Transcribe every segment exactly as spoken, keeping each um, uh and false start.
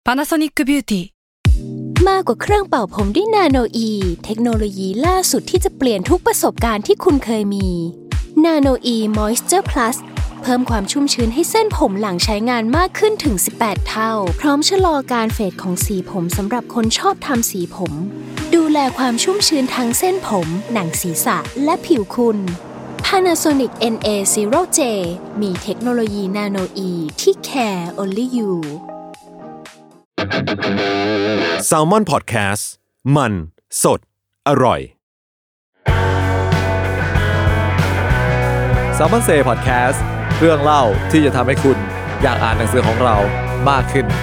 Panasonic Beauty มากกว่าเครื่องเป่าผมด้วยนาโนอีเทคโนโลยีล่าสุดที่จะเปลี่ยนทุกประสบการณ์ที่คุณเคยมีนาโนอีมอยส์เจอร์พลัสเพิ่มความชุ่มชื้นให้เส้นผมหลังใช้งานมากขึ้นถึงสิบแปดเท่าพร้อมชะลอการเฟดของสีผมสำหรับคนชอบทำสีผมดูแลความชุ่มชื้นทั้งเส้นผมหนังศีรษะและผิวคุณ Panasonic เอ็น เอ ศูนย์ เจ มีเทคโนโลยีนาโนอีที่ care only you Salmon Podcast มันสดอร่อย Salmon Say Podcast เรื่องเล่าที่จะทำให้คุณอยากอ่านหนังสือของเรามากขึ้น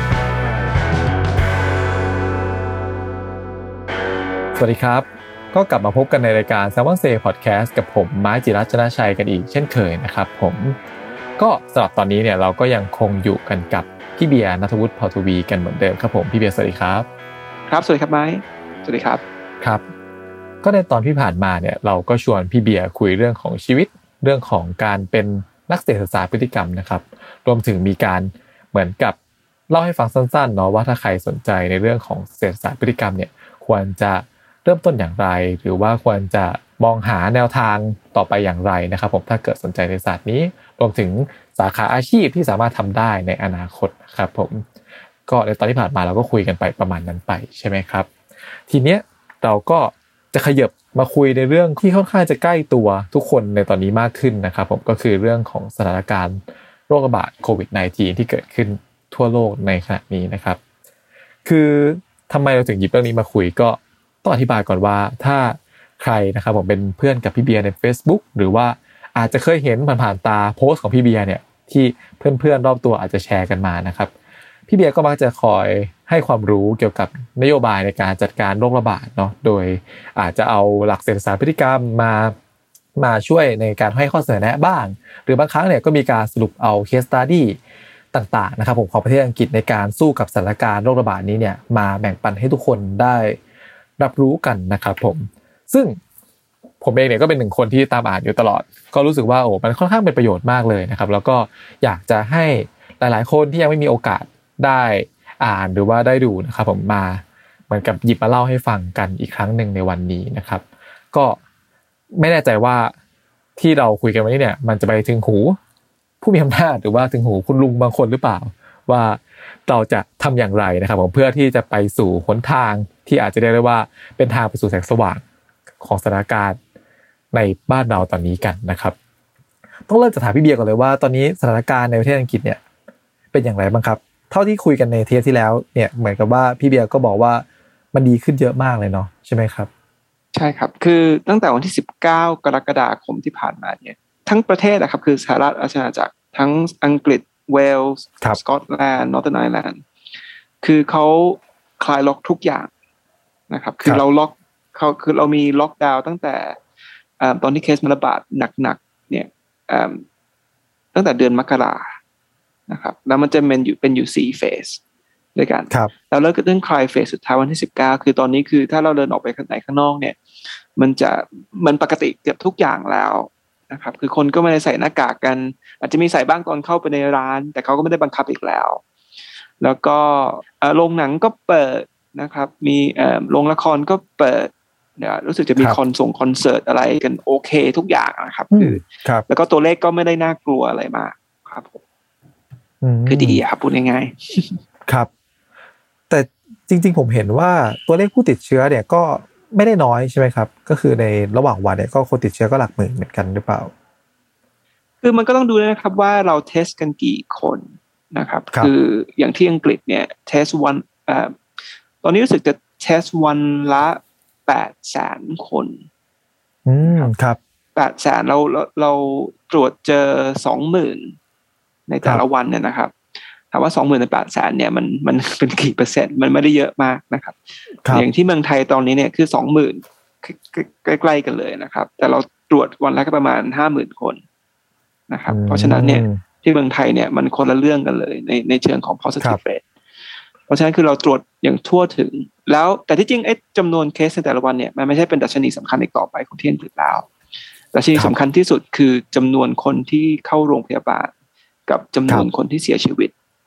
สวัสดีครับก็กลับมาพบกันในรายการ Salmon Say Podcast กับผมไม้จิรัชชนะชัยกันอีกเช่นเคยนะครับผมก็สำหรับตอนนี้เนี่ยเราก็ยังคงอยู่กันกับพี่เบียร์ณัฐวุฒิ เผ่าทวีกันเหมือนเดิมครับผมพี่เบียร์สวัสดีครับครับสวัสดีครับไม้สวัสดีครับครับก็ในตอนที่ผ่านมาเนี่ยเราก็ชวนพี่เบียร์คุยเรื่องของชีวิตเรื่องของการเป็นนักเศรษฐศาสตร์พฤติกรรมนะครับรวมถึงมีการเหมือนกับเล่าให้ฟังสั้นๆเนาะว่าถ้าใครสนใจในเรื่องของเศรษฐศาสตร์พฤติกรรมเนี่ยควรจะเริ่มต้นอย่างไรหรือว่าควรจะมองหาแนวทางต่อไปอย่างไรนะครับผมถ้าเกิดสนใจในศาสตร์นี้รวมถึงสาขาอาชีพที่สามารถทำได้ในอนาคตครับผมก็ในตอนที่ผ่านมาเราก็คุยกันไปประมาณนั้นไปใช่ไหมครับทีเนี้ยเราก็จะขยับมาคุยในเรื่องที่ค่อนข้างจะใกล้ตัวทุกคนในตอนนี้มากขึ้นนะครับผมก็คือเรื่องของสถานการณ์โรคระบาดโควิด สิบเก้า ที่เกิดขึ้นทั่วโลกในขณะนี้นะครับคือทำไมเราถึงหยิบเรื่องนี้มาคุยก็ต้องอธิบายก่อนว่าถ้าใครนะครับผมเป็นเพื่อนกับพี่เบียร์ใน Facebook หรือว่าอาจจะเคยเห็นผ่านๆตาโพสต์ของพี่เบียร์เนี่ยที่เพื่อนๆรอบตัวอาจจะแชร์กันมานะครับพี่เบียร์ก็มักจะคอยให้ความรู้เกี่ยวกับนโยบายในการจัดการโรคระบาดเนาะโดยอาจจะเอาหลักเศรษฐศาสตร์พฤติกรรมมามาช่วยในการให้ข้อเสนอแนะบ้างหรือบางครั้งเนี่ยก็มีการสรุปเอาเคสสตั๊ดดี้ต่างๆนะครับผมของประเทศอังกฤษในการสู้กับสถานการณ์โรคระบาดนี้เนี่ยมาแบ่งปันให้ทุกคนได้รับรู้กันนะครับผมซึ่งผมเองเนี่ยก็เป็นหนึ่งคนที่ตามอ่านอยู่ตลอดก็รู้สึกว่าโอ้มันค่อนข้างเป็นประโยชน์มากเลยนะครับแล้วก็อยากจะให้หลายๆคนที่ยังไม่มีโอกาสได้อ่านหรือว่าได้ดูนะครับผมมาเหมือนกับหยิบมาเล่าให้ฟังกันอีกครั้งนึงในวันนี้นะครับก็ไม่แน่ใจว่าที่เราคุยกันวันนี้เนี่ยมันจะไปถึงหูผู้มีอำนาจหรือว่าถึงหูคุณลุงบางคนหรือเปล่าว่าเราจะทำอย่างไรนะครับผมเพื่อที่จะไปสู่หนทางที่อาจจะเรียกได้ว่าเป็นทางไปสู่แสงสว่างของสถานการณ์ในบ้านเราตอนนี้กันนะครับต้องเริ่มจากถามพี่เบียร์ก่อนเลยว่าตอนนี้สถานการณ์ในประเทศอังกฤษเนี่ยเป็นอย่างไรบ้างครับเท่าที่คุยกันในเทปที่แล้วเนี่ยเหมือนกับว่าพี่เบียร์ก็บอกว่ามันดีขึ้นเยอะมากเลยเนาะใช่ไหมครับใช่ครับคือตั้งแต่วันที่สิบเก้ากรกฎาคมที่ผ่านมาเนี่ยทั้งประเทศนะครับคือสหรัฐอาณาจักรทั้งอังกฤษเวลส์สกอตแลนด์นอร์เทิร์นไอร์แลนด์คือเขาคลายล็อกทุกอย่างนะครับคือเราล็อกเขาคือเรามีล็อกดาวน์ตั้งแต่ตอนที่เคสมันระบาดหนักๆเนี่ยตั้งแต่เดือนมกรานะครับแล้วมันจะเป็นอยู่เป็นอยู่สี่เฟสด้วยกันแล้วเริ่มเรื่องคลายเฟสสุดท้ายวันที่สิบเก้าคือตอนนี้คือถ้าเราเดินออกไปข้างในข้างนอกเนี่ยมันจะมันปกติเกือบทุกอย่างแล้วนะครับคือคนก็ไม่ได้ใส่หน้ากากกันอาจจะมีใส่บ้างตอนเข้าไปในร้านแต่เขาก็ไม่ได้บังคับอีกแล้วแล้วก็โรงหนังก็เปิดนะครับมีโรงละครก็เปิดเนี่ยรู้สึกจะมีคอนส่งคอนเสิร์ตอะไรกันโอเคทุกอย่างนะครับคือแล้วก็ตัวเลขก็ไม่ได้น่ากลัวอะไรมากครับผมคือดีครับพูดง่ายๆครับแต่จริงๆผมเห็นว่าตัวเลขผู้ติดเชื้อเนี่ยก็ไม่ได้น้อยใช่ไหมครับก็คือในระหว่างวันเนี่ยก็คนติดเชื้อก็หลักหมื่นเหมือนกันหรือเปล่าคือมันก็ต้องดูนะครับว่าเราเทสกันกี่คนนะครับคืออย่างที่อังกฤษเนี่ยเทสวันอ่าตอนนี้รู้สึกจะเทสวันละแปดแสนคนอืมครับแปดแสนเราเราเราตรวจเจอ สองหมื่น ในแต่ละวันเนี่ยนะครับถามว่า สองหมื่น ใน แปดแสนเนี่ยมันมันเป็นกี่เปอร์เซ็นต์มันไม่ได้เยอะมากนะครับอย่างที่เมืองไทยตอนนี้เนี่ยคือ สองหมื่น ใกล้ๆกันเลยนะครับแต่เราตรวจวันละก็ประมาณ ห้าหมื่น คนนะครับเพราะฉะนั้นเนี่ยที่เมืองไทยเนี่ยมันคนละเรื่องกันเลยในในเชิงของ positive rate เพราะฉะนั้นคือเราตรวจอย่างทั่วถึงแล้วแต่ที่จริงไอ้จำนวนเคสในแต่ละวันเนี่ยมันไม่ใช่เป็นดัชนีสำคัญอีกต่อไปของที่อังกฤษแล้วดัชนีสำคัญที่สุดคือจำนวนคนที่เข้าโรงพยาบาลกับจำนวนคนที่เสียชีวิต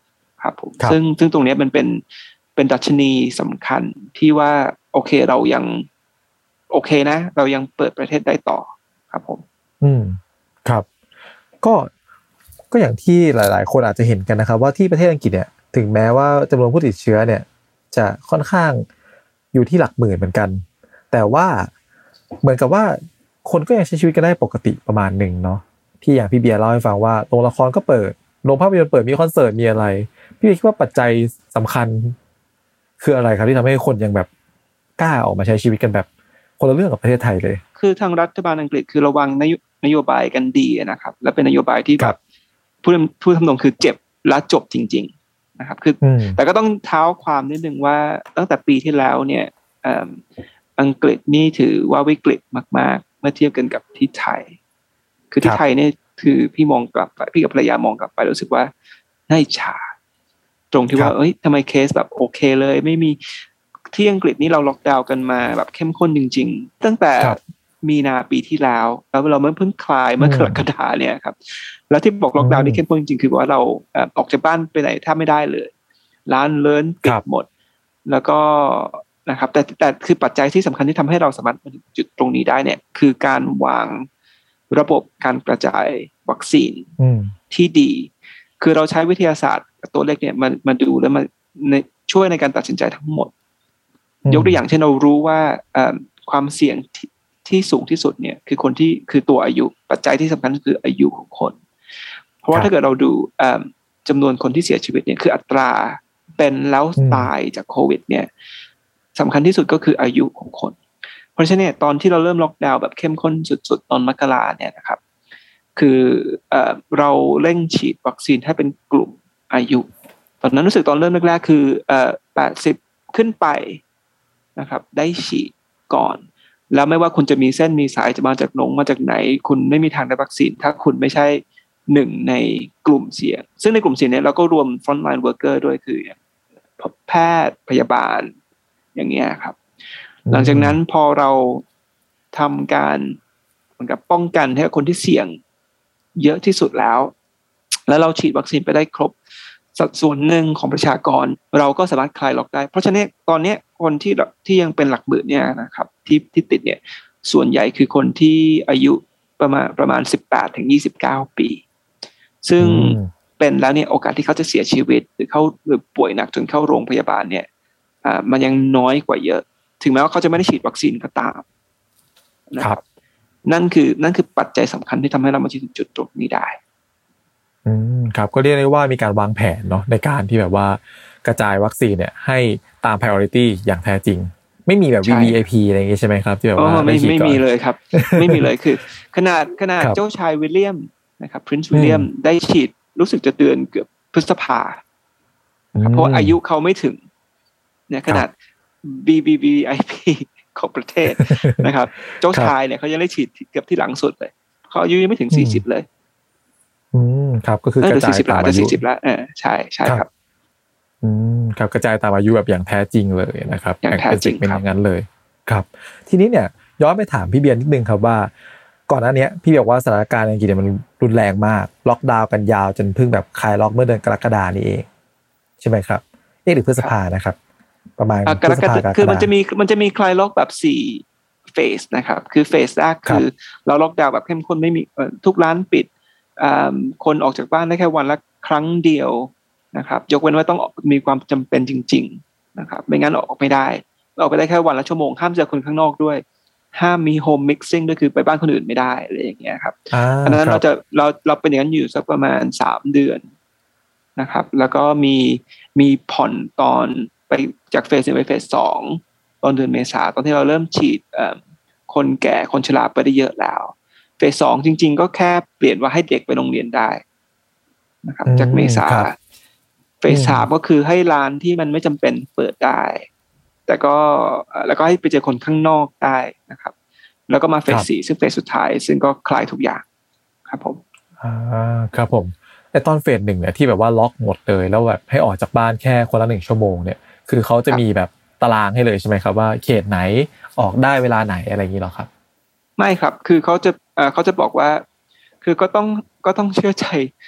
ครับผมซึ่งซึ่งตรงนี้มันเป็นเป็นดัชนีสำคัญที่ว่าโอเคเรายังโอเคนะเรายังเปิดประเทศได้ต่อครับผมอืมครับก็ก็อย่างที่หลายๆคนอาจจะเห็นกันนะครับว่าที่ประเทศอังกฤษเนี่ยถึงแม้ว่าจำนวนผู้ติดเชื้อเนี่ยจะค่อนข้างอยู่ที่หลักหมื่นเหมือนกันแต่ว่าเหมือนกับว่าคนก็ยังใช้ชีวิตกันได้ปกติประมาณหนึ่งเนาะที่อย่างพี่เบียร์เล่าให้ฟังว่าโรงละครก็เปิดโรงภาพยนตร์เปิดมีคอนเสิร์ตมีอะไรพี่เบียร์คิดว่าปัจจัยสำคัญคืออะไรครับที่ทำให้คนยังแบบกล้าออกมาใช้ชีวิตกันแบบคนละเรื่องกับประเทศไทยเลยคือทางรัฐบาลอังกฤษคือระวังนโยบายกันดีนะครับและเป็นนโยบายที่แบบผู้ผู้ทำนงคือเจ็บและจบจริงๆนะครับคือแต่ก็ต้องเท้าความนิดนึงว่าตั้งแต่ปีที่แล้วเนี่ยอังกฤษนี่ถือว่าวิกฤตมากๆเมื่อเทียบกันกับที่ไทยคือที่ไทยเนี่ยคือพี่มองกลับไปพี่กับภรรยามองกลับไปรู้สึกว่าน่าอิจฉาตรงที่ว่าเอ้ยทำไมเคสแบบโอเคเลยไม่มีที่อังกฤษนี่เราล็อกดาวน์กันมาแบบเข้มข้นจริงๆตั้งแต่มีนาปีที่แล้วแล้วเราเมื่อเพิ่งคลายเมื่อกรกฎาเนี่ยครับแล้วที่บอกล็อกดาวน์นี่เข้มข้นจริงๆคือว่าเราออกจากบ้านไปไหนแทบไม่ได้เลยร้านเลินปิดหมดแล้วก็นะครับแต่แต่คือปัจจัยที่สำคัญที่ทำให้เราสามารถมาถึงจุดตรงนี้ได้เนี่ยคือการวางระบบการกระจายวัคซีนที่ดีคือเราใช้วิทยาศาสตร์ตัวเลขเนี่ยมามาดูแล้วมาช่วยในการตัดสินใจทั้งหมดยกตัวอย่างเช่นเรารู้ว่าความเสี่ยงที่ที่สูงที่สุดเนี่ยคือคนที่คือตัวอายุปัจจัยที่สำคัญคืออายุของคนเพราะว่าถ้าเกิดเราดูจำนวนคนที่เสียชีวิตเนี่ยคืออัตราเป็นแล้วตายจากโควิดเนี่ยสำคัญที่สุดก็คืออายุของคนเพราะฉะนั้นเนี่ยตอนที่เราเริ่มล็อกดาวน์แบบเข้มข้นสุดๆตอนมกราเนี่ยนะครับคือเอ่อเราเร่งฉีดวัคซีนให้เป็นกลุ่มอายุตอนนั้นรู้สึกตอนเริ่มแรกๆคือเอ่อแปดสิบขึ้นไปนะครับได้ฉีดก่อนแล้วไม่ว่าคุณจะมีเส้นมีสายจะมาจากหนงมาจากไหนคุณไม่มีทางได้วัคซีนถ้าคุณไม่ใช่หนึ่งในกลุ่มเสี่ยงซึ่งในกลุ่มเสี่ยงเนี่ยเราก็รวม frontline worker ด้วยคือแพทย์พยาบาลอย่างเงี้ยครับหลังจากนั้นพอเราทำการเหมือนกับป้องกันให้คนที่เสี่ยงเยอะที่สุดแล้วแล้วเราฉีดวัคซีนไปได้ครบสัดส่วนหนึ่งของประชากรเราก็สามารถคลายล็อกได้เพราะฉะนั้นตอนนี้คนที่ที่ยังเป็นหลักหมื่นเนี่ยนะครับที่ที่ติดเนี่ยส่วนใหญ่คือคนที่อายุประมาณประมาณสิบแปดถึงยี่สิบเก้าปีซึ่งเป็นแล้วเนี่ยโอกาสที่เขาจะเสียชีวิตหรือเขาหรือป่วยหนักจนเข้าโรงพยาบาลเนี่ยอ่ามันยังน้อยกว่าเยอะถึงแม้ว่าเขาจะไม่ได้ฉีดวัคซีนก็ตามนะครับนั่นคือนั่นคือปัจจัยสำคัญที่ทำให้เรามาถึงจุดตรงนี้ได้อืมครับก็เรียกได้ว่ามีการวางแผนเนาะในการที่แบบว่ากระจายวัคซีนเนี่ยให้ตาม priority อย่างแท้จริงไม่มีแบบ วี วี ไอ พี อะไรอย่างงี้ใช่ไหมครับที่แบบว่าไม่ไม่มีเลยครับไม่มีเลยคือขนาดขนาดเจ้าชายวิลเลียมนะครับ Prince William ได้ฉีดรู้สึกจะเดือนเกือบพฤษภาครับเพราะอายุเขาไม่ถึงเนี่ยขนาด วี วี ไอ พี ของประเทศนะครับเจ้าชายเนี่ยเขายังได้ฉีดเกือบที่หลังสุดเลยเขาอายุยังไม่ถึงสี่สิบเลยอืมครับก็คือกระจายตามอายุสี่สิบแล้วเออใช่ใช่ครับอืมครับกระจายตามอายุแบบอย่างแท้จริงเลยนะครับอย่างแท้จริงเป็นอย่างนั้นเลยครับทีนี้เนี่ยย้อนไปถามพี่เบียร์นิดนึงครับว่าก่อนหน้านี้พี่บอกว่าสถานการณ์ในอังกฤษมันรุนแรงมากล็อกดาวน์กันยาวจนเพิ่งแบบคลายล็อกเมื่อเดือนกรกฎาคมนี้เองใช่ไหมครับเอ๊ะหรือพฤษภานะครับประมาณพฤษภาคือมันจะมีมันจะมีคลายล็อกแบบสี่เฟสนะครับคือเฟสแรกคือเราล็อกดาวน์แบบเข้มข้นไม่มีทุกร้านปิดคนออกจากบ้านได้แค่วันละครั้งเดียวนะครับยกเว้นว่าต้องมีความจำเป็นจริงๆนะครับไม่งั้นออกไม่ได้ออกไปได้แค่วันละชั่วโมงห้ามเจอคนข้างนอกด้วยห้ามมีโฮมมิกซิ่งด้วยคือไปบ้านคนอื่นไม่ได้อะไรอย่างเงี้ยครับอันนั้นเราจะเราเราเป็นอย่างนั้นอยู่สักประมาณสามเดือนนะครับแล้วก็มีมีผ่อนตอนไปจากเฟสหนึ่งไปเฟสสองตอนเดือนเมษาตอนที่เราเริ่มฉีดคนแก่คนชราไปได้เยอะแล้วเฟสสองจริงๆก็แค่เปลี่ยนว่าให้เด็กไปโรงเรียนได้นะครับจากเมษาเฟสสามก็คือให้ร้านที่มันไม่จำเป็นเปิดได้แต่ก็แล้วก็ให้ไปเจอคนข้างนอกได้นะครับแล้วก็มาเฟสสี่ซึ่งเฟสสุดท้ายซึ่งก็คลายทุกอย่างครับผมอ่าครับผมแต่ตอนเฟสหนึ่งเนี่ยที่แบบว่าล็อกหมดเลยแล้วแบบให้ออกจากบ้านแค่คนละหนึ่งชั่วโมงเนี่ยคือเขาจะมีแบบตารางให้เลยใช่ไหมครับว่าเขตไหนออกได้เวลาไหนอะไรอย่างนี้หรอครับไม่ครับคือเขาจะเอ่อเขาจะบอกว่าคือก็ต้องก็ต้องเชื่อใจ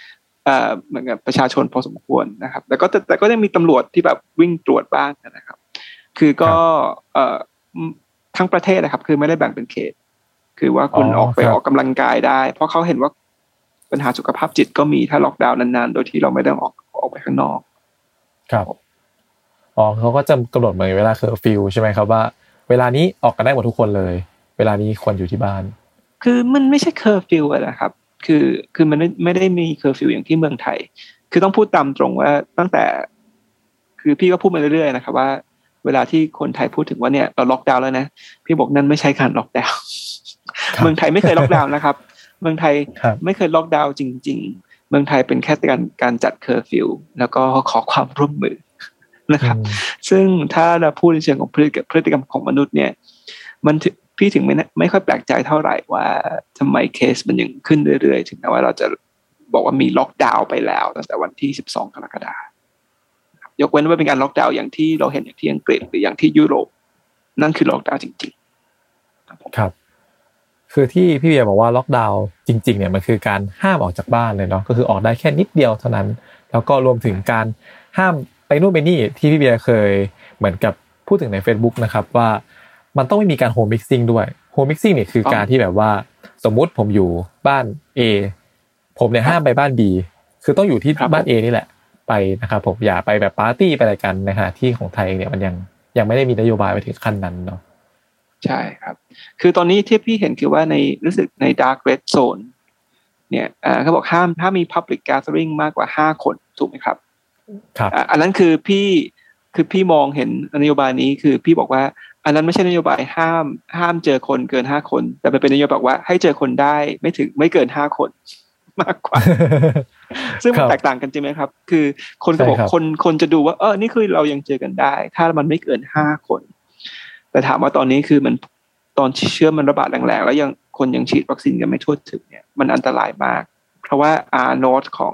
เอ่อเหมือนกับประชาชนพอสมควรนะครับแต่ก็แต่ก็ยังมีตำรวจที่แบบวิ่งตรวจบ้างนะครับคือก็เอ่อทั้งประเทศนะครับคือไม่ได้แบ่งเป็นเขตคือว่าคุณออกไปออกกำลังกายได้เพราะเขาเห็นว่าปัญหาสุขภาพจิตก็มีถ้าล็อกดาวน์นานๆโดยที่เราไม่ได้ออกออกไปข้างนอกครับอ๋อเขาก็จะกำหนดเหมือนเวลาเคอร์ฟิวใช่ไหมครับว่าเวลานี้ออกกันได้หมดทุกคนเลยเวลานี้ควรอยู่ที่บ้านคือมันไม่ใช่เคอร์ฟิวนะครับคือคือมันไม่ได้มีเคอร์ฟิวอย่างที่เมืองไทยคือต้องพูดตามตรงว่าตั้งแต่คือพี่ก็พูดมาเรื่อยๆนะครับว่าเวลาที่คนไทยพูดถึงว่าเนี่ยเราล็อกดาวน์แล้วนะพี่บอกนั่นไม่ใช่การล็อกดาวน์เมืองไทยไม่เคยล็อกดาวน์นะครับเมืองไทยไม่เคยล็อกดาวน์จริงๆเมืองไทยเป็นแค่การการจัดเคอร์ฟิวแล้วก็ขอความร่วมมือนะครับซึ่งถ้าเราพูดในเชิงของพฤติกรรมของมนุษย์เนี่ยมันพี่ถึงไม่ไม่ค่อยแปลกใจเท่าไหร่ว่าทำไมเคสมันยังขึ้นเรื่อยๆถึงแม้ว่าเราจะบอกว่ามีล็อกดาวน์ไปแล้วตั้งแต่วันที่สิบสองกรกฎาคมยกเว้นว่าเป็นการล็อกดาวน์อย่างที่เราเห็นอย่างที่อังกฤษหรืออย่างที่ยุโรปนั่นคือล็อกดาวน์จริงๆครับคือที่พี่เบียร์บอกว่าล็อกดาวน์จริงๆเนี่ยมันคือการห้ามออกจากบ้านเลยเนาะก็คือออกได้แค่นิดเดียวเท่านั้นแล้วก็รวมถึงการห้ามไปนู่นไปนี่ที่พี่เบียร์เคยเหมือนกับพูดถึงใน Facebook นะครับว่ามันต้องไม่มีการโฮมมิกซิ่งด้วยโฮมมิกซิ่งเนี่ยคือการที่แบบว่าสมมุติผมอยู่บ้าน A ผมเนี่ยห้ามไปบ้าน B คือต้องอยู่ที่บ้าน A นี่แหละไปนะครับผมอย่าไปแบบปาร์ตี้ไปอะไรกันนะฮะที่ของไทยเนี่ยมันยังยังไม่ได้มีนโยบายไปถึงขั้นนั้นเนาะใช่ครับคือตอนนี้ที่พี่เห็นคือว่าในรู้สึกใน Dark Red Zone เนี่ยอ่าเขาบอกห้ามถ้ามี Public Gathering มากกว่าห้าคนถูกไหมครับครับอันนั้นคือพี่คือพี่มองเห็นนโยบายนี้คือพี่บอกว่าอันนั้นไม่ใช่นโยบายห้ามห้ามเจอคนเกินห้าคนแต่เป็นนโยบายว่าให้เจอคนได้ไม่ถึงไม่เกินห้าคนมากกว่าซึ่งมันแตกต่างกันจริงไหมครับคือคนก็บอกคนคนจะดูว่าเออนี่คือเรายังเจอกันได้ถ้ามันไม่เกินห้าคนแต่ถามว่าตอนนี้คือมันตอนเชื้อมันระบาดแรงๆแล้วยังคนยังฉีดวัคซีนกันไม่ทั่วถึงเนี่ยมันอันตรายมากเพราะว่า R naught ของ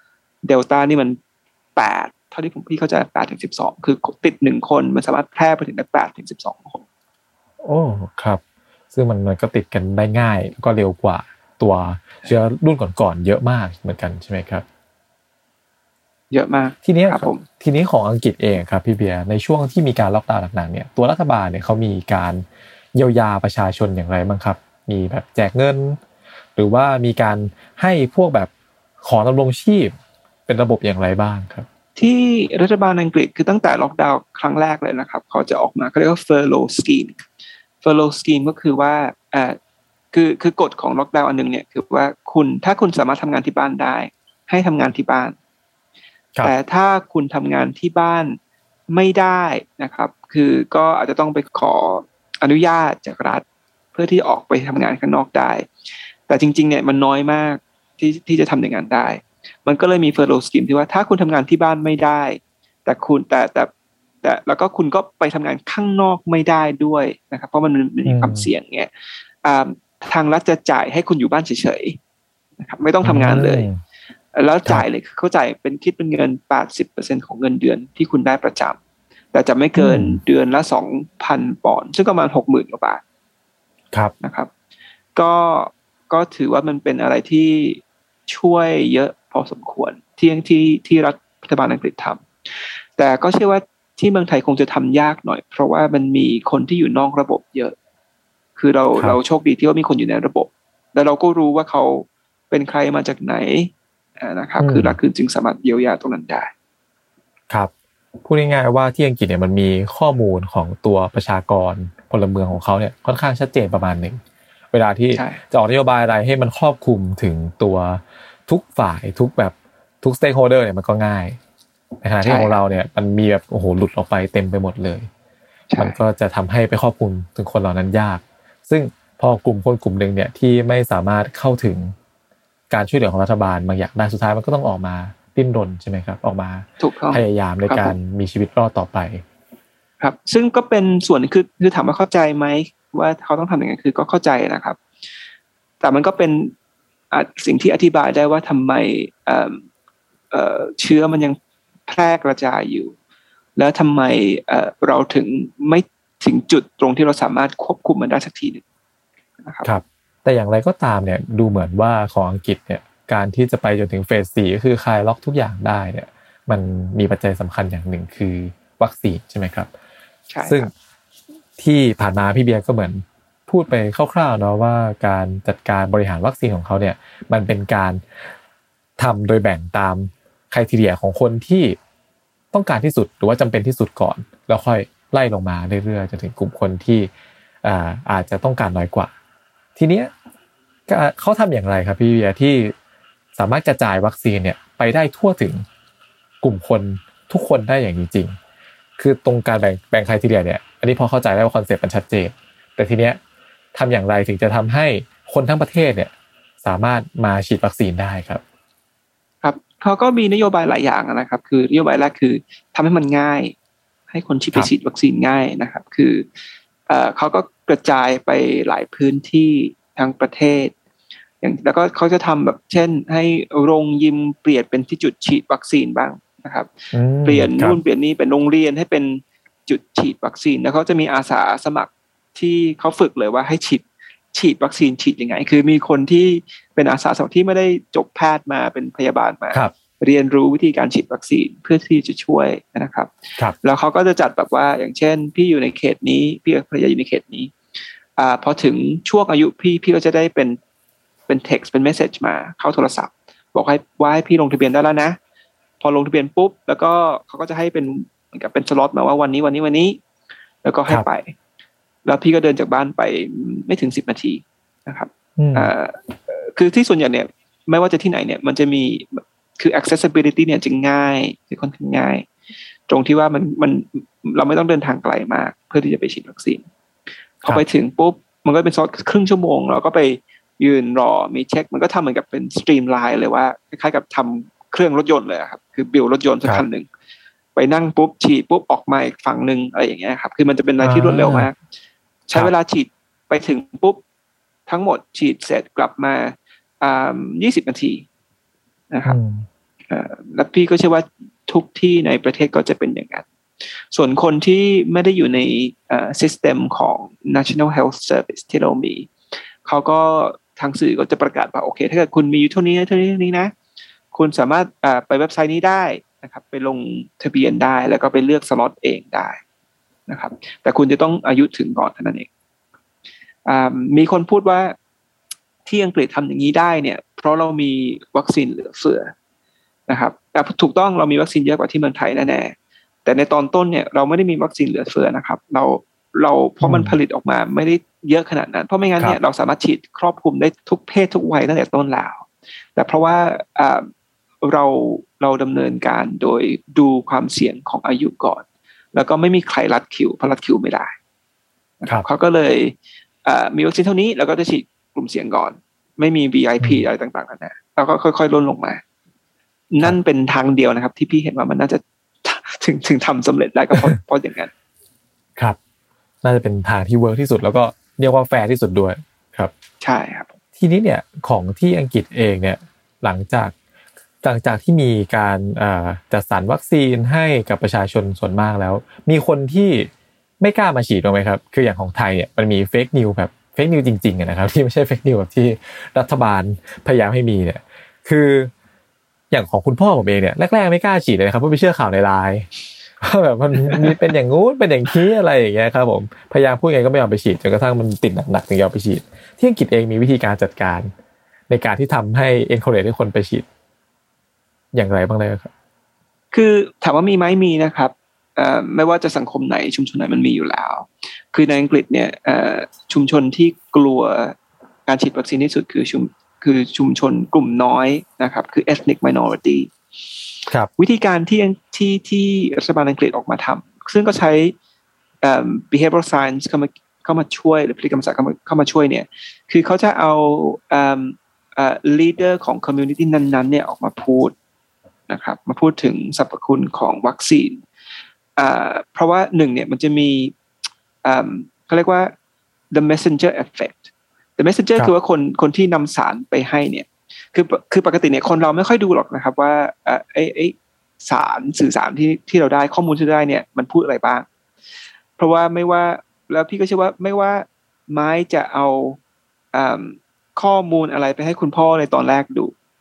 Delta นี่มันแปดเท่าที่ผมพี่เข้าใจแปดถึงสิบสองคือติดหนึ่งคนมันสามารถแพร่ไปถึงได้แปดถึงสิบสองคนโอ้ครับซึ่งมันมันก็ติดกันได้ง่ายก็เร็วกว่าตัวเชื้อรุ่นก่อนๆเยอะมากเหมือนกันใช่ไหมครับเยอะมากทีนี้ครับผมทีนี้ของอังกฤษเองครับพี่เบียร์ในช่วงที่มีการล็อกดาวน์หนักๆเนี่ยตัวรัฐบาลเนี่ยเขามีการเยียวยาประชาชนอย่างไรบ้างครับมีแบบแจกเงินหรือว่ามีการให้พวกแบบของดำรงชีพเป็นระบบอย่างไรบ้างครับที่รัฐบาลอังกฤษคือตั้งแต่ล็อกดาวน์ครั้งแรกเลยนะครับเขาจะออกมาเขาเรียกว่า furlough scheme furlough scheme ก็คือว่าอ่าคือคือกฎของล็อกดาวน์อันนึงเนี่ยคือว่าคุณถ้าคุณสามารถทำงานที่บ้านได้ให้ทำงานที่บ้านแต่ถ้าคุณทำงานที่บ้านไม่ได้นะครับคือก็อาจจะต้องไปขออนุญาตจากรัฐเพื่อที่ออกไปทำงานข้างนอกได้แต่จริงๆเนี่ยมันน้อยมากที่ที่จะทำอย่างนั้นได้มันก็เลยมี furlough scheme ที่ว่าถ้าคุณทำงานที่บ้านไม่ได้แต่คุณแต่แต่แต่แล้วก็คุณก็ไปทำงานข้างนอกไม่ได้ด้วยนะครับเพราะมันมีความเสี่ยงเนี่ยทางรัฐจะจ่ายให้คุณอยู่บ้านเฉยๆนะครับไม่ต้องทำงานเลยแล้วจ่ายเลยคือเขาจ่ายเป็นคิดเป็นเงิน แปดสิบเปอร์เซ็นต์ ของเงินเดือนที่คุณได้ประจำแต่จะไม่เกินเดือนละ สองพัน ปอนด์ซึ่งประมาณ หกหมื่น กว่าบาทครับนะครับก็ก็ถือว่ามันเป็นอะไรที่ช่วยเยอะพอสมควรที่ที่ที่รัฐบาลอังกฤษทำแต่ก็เชื่อว่าที่เมืองไทยคงจะทำยากหน่อยเพราะว่ามันมีคนที่อยู่นอกระบบเยอะคือเราเราโชคดีที่ว่ามีคนอยู่ในระบบแล้วเราก็รู้ว่าเขาเป็นใครมาจากไหนนะครับคือรัฐคือจึงสามารถเยียวยาตรงนั้นได้ครับพูดง่ายๆว่าที่อังกฤษเนี่ยมันมีข้อมูลของตัวประชากรพลเมืองของเขาเนี่ยค่อนข้างชัดเจนประมาณหนึ่งเวลาที่จะออกนโยบายอะไรให้มันครอบคลุมถึงตัวทุกฝ่ายทุกแบบทุกสเต็กโฮลเดอร์เนี่ยมันก็ง่ายในขณะที่ของเราเนี่ยมันมีแบบโอ้โหหลุดออกไปเต็มไปหมดเลยมันก็จะทำให้ไปครอบคลุมถึงคนเหล่านั้นยากซึ่งพอกลุ่มคนกลุ่มนึงเนี่ยที่ไม่สามารถเข้าถึงการช่วยเหลือของรัฐบาลบางอย่างได้สุดท้ายมันก็ต้องออกมาดิ้นรนใช่ไหมครับออกมาพยายามในการมีชีวิตรอดต่อไปครับซึ่งก็เป็นส่วนคือคือถามว่าเข้าใจไหมว่าเขาต้องทำอย่างไรคือก็เข้าใจนะครับแต่มันก็เป็นสิ่งที่อธิบายได้ว่าทำไมเอ่อเอ่อเชื้อมันยังแพร่กระจายอยู่แล้วทำไมเอ่อเราถึงไม่ถึงจุดตรงที่เราสามารถควบคุมมันได้สักทีนึงนะครับครับแต่อย่างไรก็ตามเนี่ยดูเหมือนว่าของอังกฤษเนี่ยการที่จะไปจนถึงเฟสสี่ก็คือคลายล็อกทุกอย่างได้เนี่ยมันมีปัจจัยสำคัญอย่างหนึ่งคือวัคซีนใช่ไหมครับใช่ซึ่งที่ผ่านมาพี่เบียร์ก็เหมือนพูดไปคร่าวๆเนาะว่าการจัดการบริหารวัคซีนของเขาเนี่ยมันเป็นการทำโดยแบ่งตามไครทีเรียของคนที่ต้องการที่สุดหรือว่าจำเป็นที่สุดก่อนแล้วค่อยไล่ลงมาเรื่อยๆจนถึงกลุ่มคนที่อ่าอาจจะต้องการน้อยกว่าทีเนี้ยเขาทำอย่างไรครับพี่เบียร์ที่สามารถกระจายวัคซีนเนี่ยไปได้ทั่วถึงกลุ่มคนทุกคนได้อย่างจริงๆคือตรงการแบ่งแบ่งไครทีเรียเนี่ยอันนี้พอเข้าใจได้ว่าคอนเซ็ปต์มันชัดเจนแต่ทีเนี้ยทำอย่างไรถึงจะทำให้คนทั้งประเทศเนี่ยสามารถมาฉีดวัคซีนได้ครับครับเขาก็มีนโยบายหลายอย่างนะครับคือนโยบายแรกคือทำให้มันง่ายให้คนที่ไปฉีดวัคซีนง่ายนะครับคือเอ่อเขาก็กระจายไปหลายพื้นที่ทั้งประเทศอย่างแล้วก็เขาจะทำแบบเช่นให้โรงยิมเปลี่ยนเป็นที่จุดฉีดวัคซีนบ้างนะครับเปลี่ยนนู่นเปลี่ยนนี่เป็นโรงเรียนให้เป็นจุดฉีดวัคซีนแล้วเขาจะมีอาสาสมัครที่เขาฝึกเลยว่าให้ฉีดฉีดวัคซีนฉีดยังไงคือมีคนที่เป็นอาสาสมัครที่ไม่ได้จบแพทย์มาเป็นพยาบาลมาเรียนรู้วิธีการฉีดวัคซีนเพื่อที่จะช่วยนะครับแล้วเขาก็จะจัดแบบว่าอย่างเช่นพี่อยู่ในเขตนี้พี่ภรรยาอยู่ในเขตนี้อ่าพอถึงช่วงอายุพี่พี่ก็จะได้เป็นเป็น text เป็น message มาเข้าโทรศัพท์บอกให้ว่าให้พี่ลงทะเบียนได้แล้วนะพอลงทะเบียนปุ๊บแล้วก็เขาก็จะให้เป็นเหมือนกับเป็นสล็อตมาว่าวันนี้วันนี้วันนี้แล้วก็ให้ไปแล้วพี่ก็เดินจากบ้านไปไม่ถึงสิบนาทีนะครับอ่าคือที่ส่วนใหญ่เนี่ยไม่ว่าจะที่ไหนเนี่ยมันจะมีคือ accessibility เนี่ยจะง่ายคือค่อนข้างง่ายตรงที่ว่ามันมันเราไม่ต้องเดินทางไกลมากเพื่อที่จะไปฉีดวัคซีนพอไปถึงปุ๊บมันก็เป็นซอสครึ่งชั่วโมงเราก็ไปยืนรอมีเช็คมันก็ทำเหมือนกับเป็นสตรีมไลน์เลยว่าคล้ายๆกับทำเครื่องรถยนต์เลยครับคือบิลรถยนต์สักคันหนึ่งไปนั่งปุ๊บฉีดปุ๊บออกมาอีกฝั่งนึงอะไรอย่างเงี้ยครับคือมันจะเป็นอะไรที่รวดเร็วมากใช้เวลาฉีดไปถึงปุ๊บทั้งหมดฉีดเสร็จกลับมาอ่ายี่สิบนาทีนะครับแล้วพี่ก็เชื่อว่าทุกที่ในประเทศก็จะเป็นอย่างนั้นส่วนคนที่ไม่ได้อยู่ในซิสเต็มของ National Health Service ที่เรามีเขาก็ทางสื่อก็จะประกาศว่าโอเคถ้าเกิดคุณมีอยู่เท่านี้เท่านี้เท่านี้นะคุณสามารถไปเว็บไซต์นี้ได้นะครับไปลงทะเบียนได้แล้วก็ไปเลือกสล็อตเองได้นะครับแต่คุณจะต้องอายุถึงก่อนเท่านั้นเองมีคนพูดว่าที่อังกฤษทำอย่างนี้ได้เนี่ยเพราะเรามีวัคซีนเหลือเฟือนะครับแต่ถูกต้องเรามีวัคซีนเยอะกว่าที่เมืองไทยแน่ๆแต่ในตอนต้นเนี่ยเราไม่ได้มีวัคซีนเหลือเฟือนะครับเราเราเพราะมันผลิตออกมาไม่ได้เยอะขนาดนั้นเพราะไม่งั้นเนี่ยเราสามารถฉีดครอบคลุมได้ทุกเพศทุกวัยตั้งแต่ต้นแล้วแต่เพราะว่าเราเราดำเนินการโดยดูความเสี่ยงของอายุก่อนแล้วก็ไม่มีใครรัดคิวเพราะรัดคิวไม่ได้เขาก็เลยมีวัคซีนเท่านี้แล้วก็จะฉีดกลุ่มเสี่ยงก่อนไม่มี วี ไอ พี อะไรต่างๆกันนะแล้วก็ค่อยๆลดลงมานั่นเป็นทางเดียวนะครับที่พี่เห็นว่ามันน่าจะถึงถึงทำสำเร็จได้ก็เพราะเพราะอย่างนั้นครับน่าจะเป็นทางที่เวิร์กที่สุดแล้วก็เรียกว่าแฟร์ที่สุดด้วยครับใช่ครับทีนี้เนี่ยของที่อังกฤษเองเนี่ยหลังจากหลังจากที่มีการจัดสรรวัคซีนให้กับประชาชนส่วนมากแล้วมีคนที่ไม่กล้ามาฉีดไหมครับคืออย่างของไทยเนี่ยมันมีเฟคนิวแบบเฟคนิวจริงๆนะครับที่ไม่ใช่เฟคนิวแบบที่รัฐบาลพยายามให้มีเนี่ยคืออย่างของคุณพ่อผมเองเนี่ยแรกๆไม่กล้าฉีดเลยครับเพราะไปเชื่อข่าวในไลน์ว่าแบบมันมีเป็นอย่างงู้นเป็นอย่างนี้อะไรอย่างเงี้ยครับผมพยายามพูดไงก็ไม่ยอมไปฉีดจนกระทั่งมันติดหนักๆถึงยอมไปฉีดที่อังกฤษเองมีวิธีการจัดการในการที่ทำให้ encourage ให้คนไปฉีดอย่างไรบ้างเลยครับคือถามว่ามีไหมมีนะครับเอ่อไม่ว่าจะสังคมไหนชุมชนไหนมันมีอยู่แล้วคือในอังกฤษเนี่ยเอ่อชุมชนที่กลัวการฉีดวัคซีนที่สุดคือชุมคือชุมชนกลุ่มน้อยนะครับคือ ethnic minority ครับวิธีการที่ที่ที่รัฐบาลอังกฤษออกมาทำซึ่งก็ใช้เอ่อ behavioral science เข้ามาเข้ามาช่วยหรือพฤติกรรมศาสตร์เข้ามาเข้ามาช่วยเนี่ยคือเขาจะเอาเอ่อเอ่อ leader ของ community นั้นๆเนี่ยออกมาพูดนะครับมาพูดถึงสรรพคุณของวัคซีนอ่าเพราะว่าหนึ่งเนี่ยมันจะมีอ่าเขาเรียกว่า the messenger effect the messenger คือว่าคนคนที่นำสารไปให้เนี่ยคือคือปกติเนี่ยคนเราไม่ค่อยดูหรอกนะครับว่าไอ้ไอ้สารสื่อสารที่ที่เราได้ข้อมูลที่ได้เนี่ยมันพูดอะไรบ้างเพราะว่าไม่ว่าแล้วพี่ก็เชื่อว่าไม่ว่าไม้จะเอาอ่าข้อมูลอะไรไปให้คุณพ่อในตอนแรกดู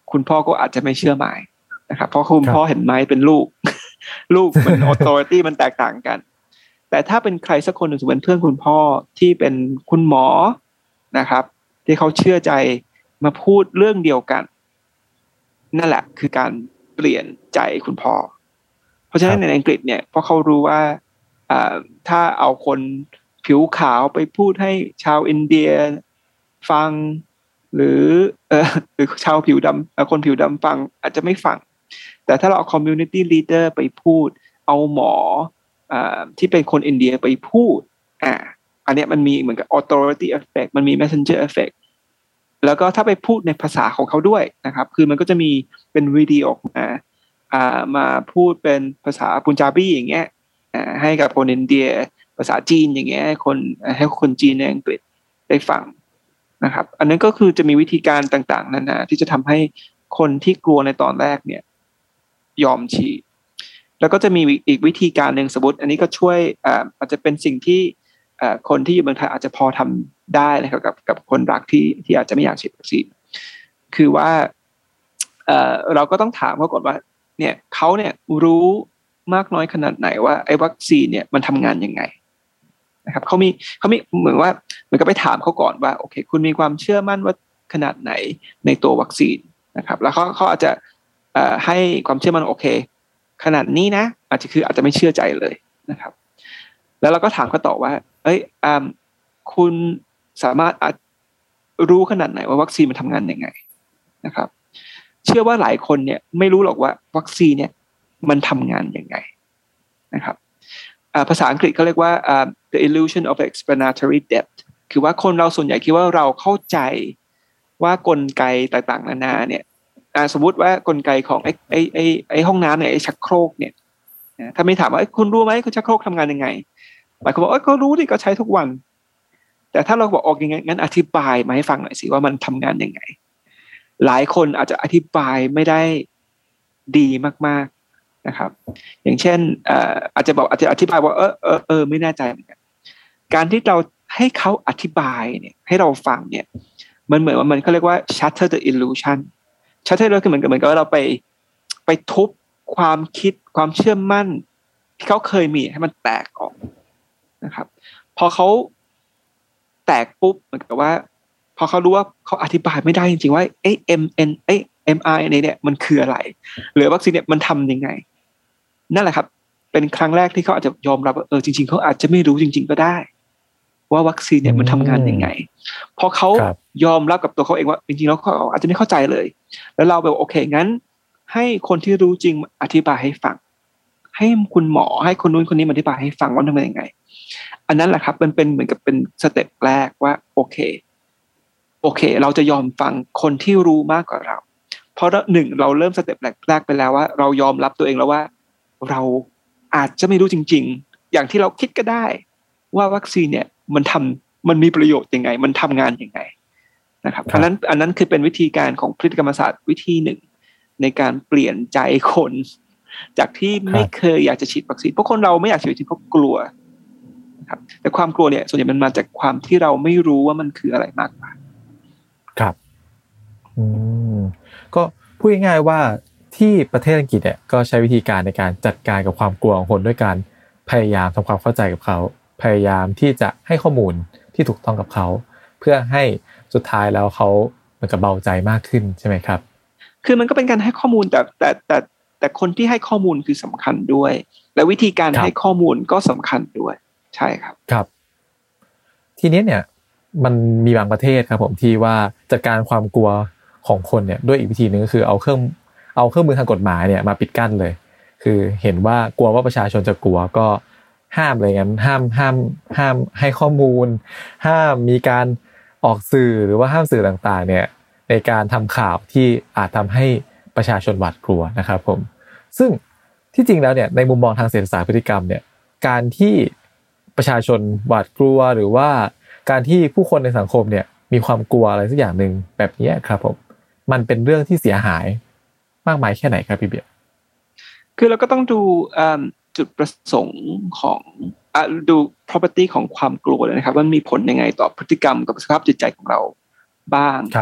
คุณพ่อก็อาจจะไม่เชื่อไม้นะครับเพราะคุณพ่อเห็นไม้เป็นลูก ลูกมัน authority มันแตกต่างกันแต่ถ้าเป็นใครสักคนหนึ่งเป็นเพื่อนคุณพ่อที่เป็นคุณหมอนะครับที่เขาเชื่อใจมาพูดเรื่องเดียวกันนั่นแหละคือการเปลี่ยนใจคุณพ่อเพราะฉะนั้นในอังกฤษเนี่ยเพราะเขารู้ว่าถ้าเอาคนผิวขาวไปพูดให้ชาวอินเดียฟังหรือเออหรือชาวผิวดำคนผิวดำฟังอาจจะไม่ฟังแต่ถ้าเราเอา community leader ไปพูดเอาหมออ่าที่เป็นคนอินเดียไปพูดอ่าอันนี้มันมีเหมือนกับ authority effect มันมี messenger effect แล้วก็ถ้าไปพูดในภาษาของเขาด้วยนะครับคือมันก็จะมีเป็นวิดีโอออกมาอ่ามาพูดเป็นภาษาปัญจาบีอย่างเงี้ยอ่าให้กับคนอินเดียภาษาจีนอย่างเงี้ยให้คนให้คนจีนในอังกฤษได้ฟังนะครับอันนั้นก็คือจะมีวิธีการต่างๆนานาที่จะทำให้คนที่กลัวในตอนแรกเนี่ยยอมฉีดแล้วก็จะมีอีกวิธีการหนึ่งสมมติอันนี้ก็ช่วยอ่าอาจจะเป็นสิ่งที่อ่าคนที่อยู่เมืองไทยอาจจะพอทำได้นะครับกับกับคนรักที่ที่อาจจะไม่อยากฉีดวัคซีนคือว่าเอ่อเราก็ต้องถามเขาก่อนว่าเนี่ยเขาเนี่ยรู้มากน้อยขนาดไหนว่าไอ้วัคซีนเนี่ยมันทำงานยังไงนะครับเขามีเขามีเหมือนว่าเหมือนกับไปถามเขาก่อนว่าโอเคคุณมีความเชื่อมั่นว่าขนาดไหนในตัววัคซีนนะครับแล้วเขาเขาอาจจะเอ่อให้ความเชื่อมั่นโอเคขนาดนี้นะอาจจะคืออาจจะไม่เชื่อใจเลยนะครับแล้วเราก็ถามเขาต่อว่าเอ้ยอ่าคุณสามารถรู้ขนาดไหนว่าวัคซีนมันทำงานยังไงนะครับเชื่อว่าหลายคนเนี่ยไม่รู้หรอกว่าวัคซีนเนี่ยมันทำงานยังไงนะครับภาษาอังกฤษเขาเรียกว่า uh, the illusion of explanatory depth คือว่าคนเราส่วนใหญ่คิดว่าเราเข้าใจว่ากลไกต่างๆนานาเนี่ยสมมุติว่ากลไกของไอ้ไอ้ไอ้ไอ้ห้องน้ำเนี่ยไอ้ชักโครกเนี่ยถ้าไม่ถามว่าคุณรู้ไหมคุณชักโครกทำงานยังไงหลายคนบอกเอ้ยก็รู้ดิก็ใช้ทุกวันแต่ถ้าเราบอกออกยังไงงั้นอธิบายมาให้ฟังหน่อยสิว่ามันทำงานยังไงหลายคนอาจจะอธิบายไม่ได้ดีมากๆนะครับอย่างเช่นเอ่ออาจจะบอกอาจจะอธิบายว่าเออเออเออไม่แน่ใจเหมือนกันการที่เราให้เขาอธิบายเนี่ยให้เราฟังเนี่ยมันเหมือนว่ามันเขาเรียกว่า shatter the illusion shatter ก็คือเหมือนกับเหมือนกับว่าเราไปไปทุบความคิดความเชื่อมั่นที่เขาเคยมีให้มันแตกออกนะครับพอเขาแตกปุ๊บเหมือนกับว่าพอเขารู้ว่าเขาอธิบายไม่ได้จริงๆว่าไอ้ M N ไอ้ เอ็ม อาร์ เอ็น เอ เนี่ยมันคืออะไรหรือวัคซีนเนี่ยมันทำยังไงนั่นแหละครับเป็นครั้งแรกที่เขาอาจจะยอมรับว่าเออจริงๆเขาอาจจะไม่รู้จริงๆก็ได้ว่าวัคซีนเนี่ยมันทำงานยังไงพอเขายอมรับกับตัวเขาเองว่าจริงๆแล้วเขาอาจจะไม่เข้าใจเลยแล้วเราแบบโอเคงั้นให้คนที่รู้จริงอธิบายให้ฟังให้คุณหมอให้คนนู้นคนนี้มาอธิบายให้ฟังว่าทำยังไงอันนั้นแหละครับมันเป็นเหมือนกับเป็นสเต็ปแรกว่าโอเคโอเคเราจะยอมฟังคนที่รู้มากกว่าเราเพราะหนึ่งเราเริ่มสเต็ปแรกไปแล้วว่าเรายอมรับตัวเองแล้วว่าเราอาจจะไม่รู้จริงๆอย่างที่เราคิดก็ได้ว่าวัคซีนเนี่ยมันทำมันมีประโยชน์ยังไงมันทำงานยังไงนะครับอันนั้นอันนั้นคือเป็นวิธีการของพฤติกรรมศาสตร์วิธีหนึ่งในการเปลี่ยนใจคนจากที่ไม่เคยอยากจะฉีดวัคซีนเพราะคนเราไม่อยากฉีดวัคซีนเพราะกลัวนะครับแต่ความกลัวเนี่ยส่วนใหญ่มันมาจากความที่เราไม่รู้ว่ามันคืออะไรมากกว่าครับอืมก็พูดง่ายๆว่าที่ประเทศอังกฤษเนี่ยก็ใช้วิธีการในการจัดการกับความกลัวของคนด้วยการพยายามทำความเข้าใจกับเขาพยายามที่จะให้ข้อมูลที่ถูกต้องกับเขาเพื่อให้สุดท้ายแล้วเขาเหมือนกับเบาใจมากขึ้นใช่ไหมครับคือมันก็เป็นการให้ข้อมูลแต่แต่แต่แต่คนที่ให้ข้อมูลคือสำคัญด้วยและวิธีการให้ข้อมูลก็สำคัญด้วยใช่ครับครับทีนี้เนี่ยมันมีบางประเทศครับผมที่ว่าจัดการความกลัวของคนเนี่ยด้วยอีกวิธีนึงก็คือเอาเครื่องเอาเครื่องมือทางกฎหมายเนี่ยมาปิดกั้นเลยคือเห็นว่ากลัวว่าประชาชนจะกลัวก็ห้ามเลยงั้นห้ามห้ามห้ามให้ข้อมูลห้ามมีการออกสื่อหรือว่าห้ามสื่อต่างๆเนี่ยในการทำข่าวที่อาจทำให้ประชาชนหวาดกลัวนะครับผมซึ่งที่จริงแล้วเนี่ยในมุมมองทางเศรษฐศาสตร์พฤติกรรมเนี่ยการที่ประชาชนหวาดกลัวหรือว่าการที่ผู้คนในสังคมเนี่ยมีความกลัวอะไรสักอย่างนึงแบบนี้ครับผมมันเป็นเรื่องที่เสียหายมากมายแค่ไหนครับพี่เบียร์คือเราก็ต้องดูจุดประสงค์ของดู property ของความกลัวนะครับว่ามีผลยังไงต่อพฤติกรรมกับสภาพจิตใจของเราบ้าง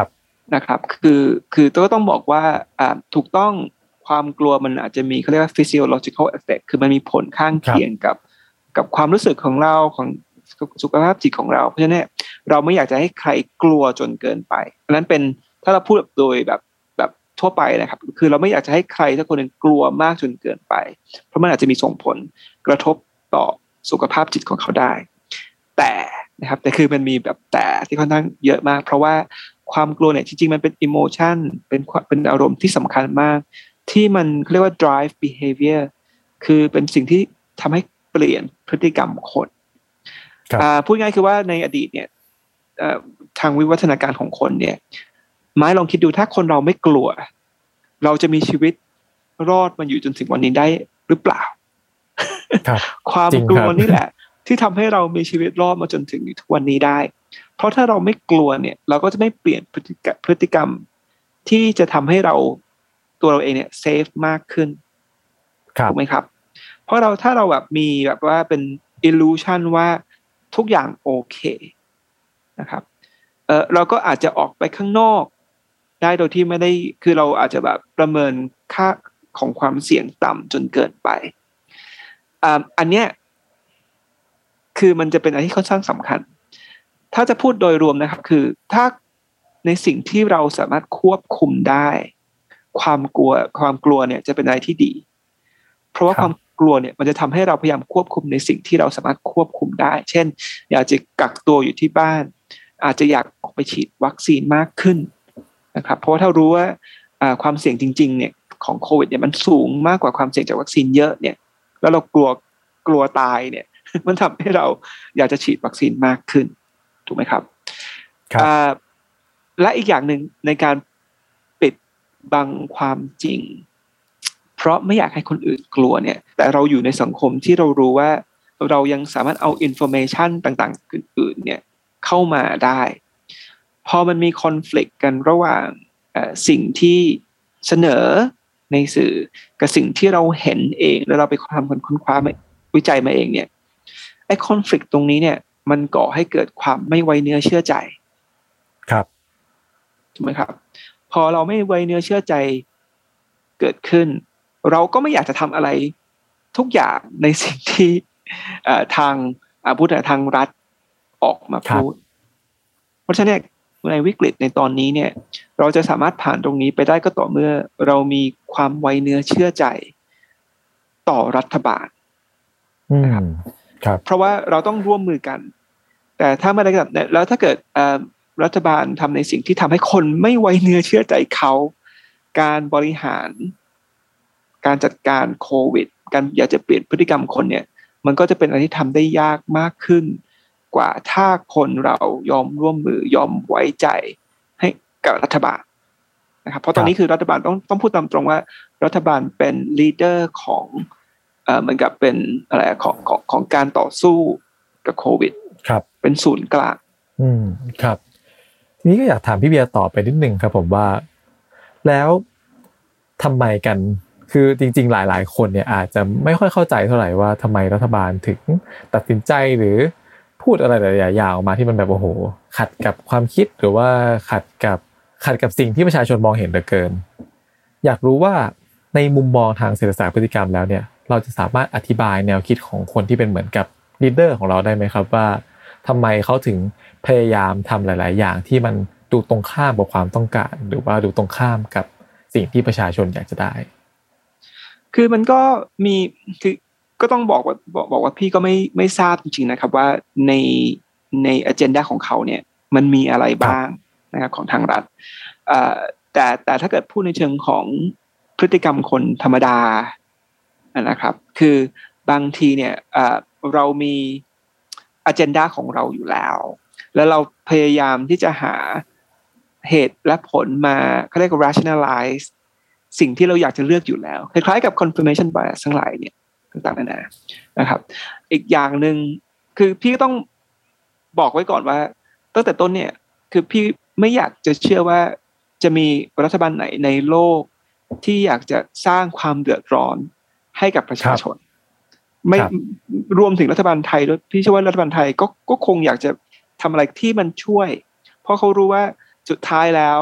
นะครับคือคือก็ต้องบอกว่าอ่าถูกต้องความกลัวมันอาจจะมีเขาเรียกว่า physiological effect คือมันมีผลข้างเคียงกับกับความรู้สึกของเราของสุขภาพจิตของเราเพราะฉะนั้นเราไม่อยากจะให้ใครกลัวจนเกินไปอันนั้นเป็นถ้าเราพูดโดยแบบแบบทั่วไปนะครับคือเราไม่อยากจะให้ใครสักคนนึงกลัวมากจนเกินไปเพราะมันอาจจะมีส่งผลกระทบต่อสุขภาพจิตของเขาได้แต่นะครับแต่คือมันมีแบบแต่ที่ค่อนข้างเยอะมากเพราะว่าความกลัวเนี่ยจริงๆมันเป็น emotion เป็นเป็นอารมณ์ที่สำคัญมากที่มันเรียกว่า drive behavior คือเป็นสิ่งที่ทำให้เปลี่ยนพฤติกรรมคนพูดง่ายคือว่าในอดีตเนี่ยทางวิวัฒนาการของคนเนี่ยไม้ลองคิดดูถ้าคนเราไม่กลัวเราจะมีชีวิตรอดมาอยู่จนถึงวันนี้ได้หรือเปล่า ความกลัวนี่แหละที่ทำให้เรามีชีวิตรอดมาจนถึงทุกวันนี้ได้เพราะถ้าเราไม่กลัวเนี่ยเราก็จะไม่เปลี่ยนพฤติกรรมพฤติกรรมที่จะทำให้เราตัวเราเองเนี่ยเซฟมากขึ้นถูกไหมครับเพราะเราถ้าเราแบบมีแบบว่าเป็น illusion ว่าทุกอย่างโอเคนะครับเออเราก็อาจจะออกไปข้างนอกได้โดยที่ไม่ได้คือเราอาจจะแบบประเมินค่าของความเสี่ยงต่ำจนเกินไปอ่าอันเนี้ยคือมันจะเป็นอะไรที่ค่อนข้างสำคัญถ้าจะพูดโดยรวมนะครับคือถ้าในสิ่งที่เราสามารถควบคุมได้ความกลัวความกลัวเนี่ยจะเป็นอะไรที่ดีเพราะว่าความกลัวเนี่ยมันจะทำให้เราพยายามควบคุมในสิ่งที่เราสามารถควบคุมได้เช่นอยากจะกักตัวอยู่ที่บ้านอาจจะอยากออกไปฉีดวัคซีนมากขึ้นนะครับเพราะว่าถ้ารู้ว่าความเสี่ยงจริงๆเนี่ยของโควิดเนี่ยมันสูงมากกว่าความเสี่ยงจากวัคซีนเยอะเนี่ยแล้วเรากลัวกลัวตายเนี่ยมันทำให้เราอยากจะฉีดวัคซีนมากขึ้นถูกไหมครับครับและอีกอย่างหนึ่งในการปิดบังความจริงเพราะไม่อยากให้คนอื่นกลัวเนี่ยแต่เราอยู่ในสังคมที่เรารู้ว่าเรายังสามารถเอาอินโฟเมชันต่างๆอื่นๆเนี่ยเข้ามาได้พอมันมีคอนฟลิกต์กันระหว่างสิ่งที่เสนอในสื่อกับสิ่งที่เราเห็นเองแล้วเราไปทำค้นคว้าวิจัยมาเองเนี่ยไอ้คอนฟลิกต์ตรงนี้เนี่ยมันก่อให้เกิดความไม่ไว้เนื้อเชื่อใจครับถูกไหมครับพอเราไม่ไว้เนื้อเชื่อใจเกิดขึ้นเราก็ไม่อยากจะทำอะไรทุกอย่างในสิ่งที่ทางพูดถึงทางรัฐออกมาพูดเพราะฉะนั้นในวิกฤตในตอนนี้เนี่ยเราจะสามารถผ่านตรงนี้ไปได้ก็ต่อเมื่อเรามีความไว้เนื้อเชื่อใจต่อรัฐบาลนะครับเพราะว่าเราต้องร่วมมือกันแต่ถ้าไม่ได้กันแล้วถ้าเกิดรัฐบาลทำในสิ่งที่ทำให้คนไม่ไว้เนื้อเชื่อใจเขาการบริหารการจัดการโควิดการอยากจะเปลี่ยนพฤติกรรมคนเนี่ยมันก็จะเป็นอะไรที่ทำได้ยากมากขึ้นกว่าถ้าคนเรายอมร่วมมือยอมไว้ใจให้กับรัฐบาลนะครับเพราะตอนนี้คือรัฐบาลต้องต้องพูดตามตรงว่ารัฐบาลเป็นลีดเดอร์ของเอ่อเหมือนกับเป็นอะไรของของของการต่อสู้กับโควิดครับเป็นศูนย์กลางอืมครับทีนี้ก็อยากถามพี่เบียร์ต่อไปนิดนึงครับผมว่าแล้วทำไมกันคือจริงๆหลายๆคนเนี่ยอาจจะไม่ค่อยเข้าใจเท่าไหร่ว่าทำไมรัฐบาลถึงตัดสินใจหรือพูดอะไรหลายๆอย่างออกมาที่มันแบบโอ้โหขัดกับความคิดหรือว่าขัดกับขัดกับสิ่งที่ประชาชนมองเห็นเหลือเกินอยากรู้ว่าในมุมมองทางเศรษฐศาสตร์พฤติกรรมแล้วเนี่ยเราจะสามารถอธิบายแนวคิดของคนที่เป็นเหมือนกับลีดเดอร์ของเราได้ไหมครับว่าทำไมเขาถึงพยายามทำหลายๆอย่างที่มันดูตรงข้ามกับความต้องการหรือว่าดูตรงข้ามกับสิ่งที่ประชาชนอยากจะได้คือมันก็มีคือก็ต้องบอกว่าบอกบอกว่าพี่ก็ไม่ไม่ทราบจริงๆนะครับว่าในในอเจนดาของเขาเนี่ยมันมีอะไรบ้างนะครับของทางรัฐแต่แต่ถ้าเกิดพูดในเชิงของพฤติกรรมคนธรรมดานะครับคือบางทีเนี่ยเรามีอเจนดาของเราอยู่แล้วแล้วเราพยายามที่จะหาเหตุและผลมาเขาเรียกว่า rationalize สิ่งที่เราอยากจะเลือกอยู่แล้วคล้ายๆกับ confirmation bias ทั้งหลายเนี่ยต่างๆนานานะครับอีกอย่างนึงคือพี่ต้องบอกไว้ก่อนว่าตั้งแต่ต้นเนี่ยคือพี่ไม่อยากจะเชื่อว่าจะมีรัฐบาลไหนในโลกที่อยากจะสร้างความเดือดร้อนให้กับประชาชนไม่รวมถึงรัฐบาลไทยด้วยพี่เชื่อว่ารัฐบาลไทยก็ก็คงอยากจะทำอะไรที่มันช่วยเพราะเขารู้ว่าสุดท้ายแล้ว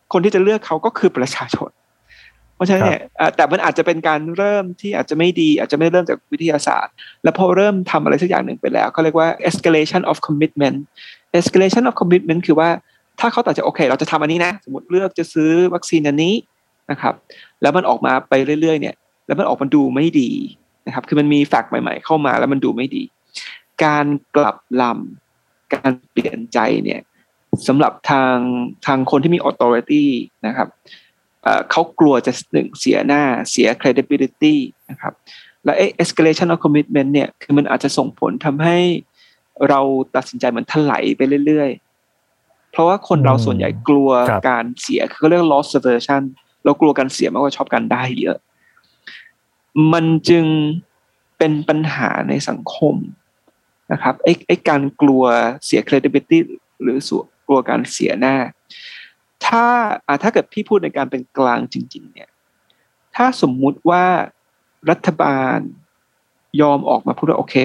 คนที่จะเลือกเขาก็คือประชาชนเพราะฉะนั้นเนี่ยแต่มันอาจจะเป็นการเริ่มที่อาจจะไม่ดีอาจจะไม่เริ่มจากวิทยาศาสตร์แล้วพอเริ่มทำอะไรสักอย่างหนึ่งไปแล้วเขาเรียกว่า escalation of commitment escalation of commitment คือว่าถ้าเขาตัดสินใจโอเคเราจะทำอันนี้นะสมมติเลือกจะซื้อวัคซีนอันนี้นะครับแล้วมันออกมาไปเรื่อยๆเนี่ยแล้วมันออกมาดูไม่ดีนะครับคือมันมีแฟกต์ใหม่ๆเข้ามาแล้วมันดูไม่ดีการกลับลำการเปลี่ยนใจเนี่ยสำหรับทางทางคนที่มี authority นะครับเอ่อเขากลัวจะหนึ่งเสียหน้าเสีย credibility นะครับและ escalation of commitment เนี่ยคือมันอาจจะส่งผลทำให้เราตัดสินใจเหมือนถลายไปเรื่อยๆเพราะว่าคนเราส่วนใหญ่กลัวการเสียคือเขาเรียก loss aversion เรากลัวการเสียมากกว่าชอบการได้เยอะมันจึงเป็นปัญหาในสังคมนะครับไอ้ไอ้การกลัวเสีย credibility หรือส่วนกลัวการเสียหน้าถ้าอ่าถ้าเกิดพี่พูดในการเป็นกลางจริงๆเนี่ยถ้าสมมุติว่ารัฐบาลยอมออกมาพูดว่าโอเค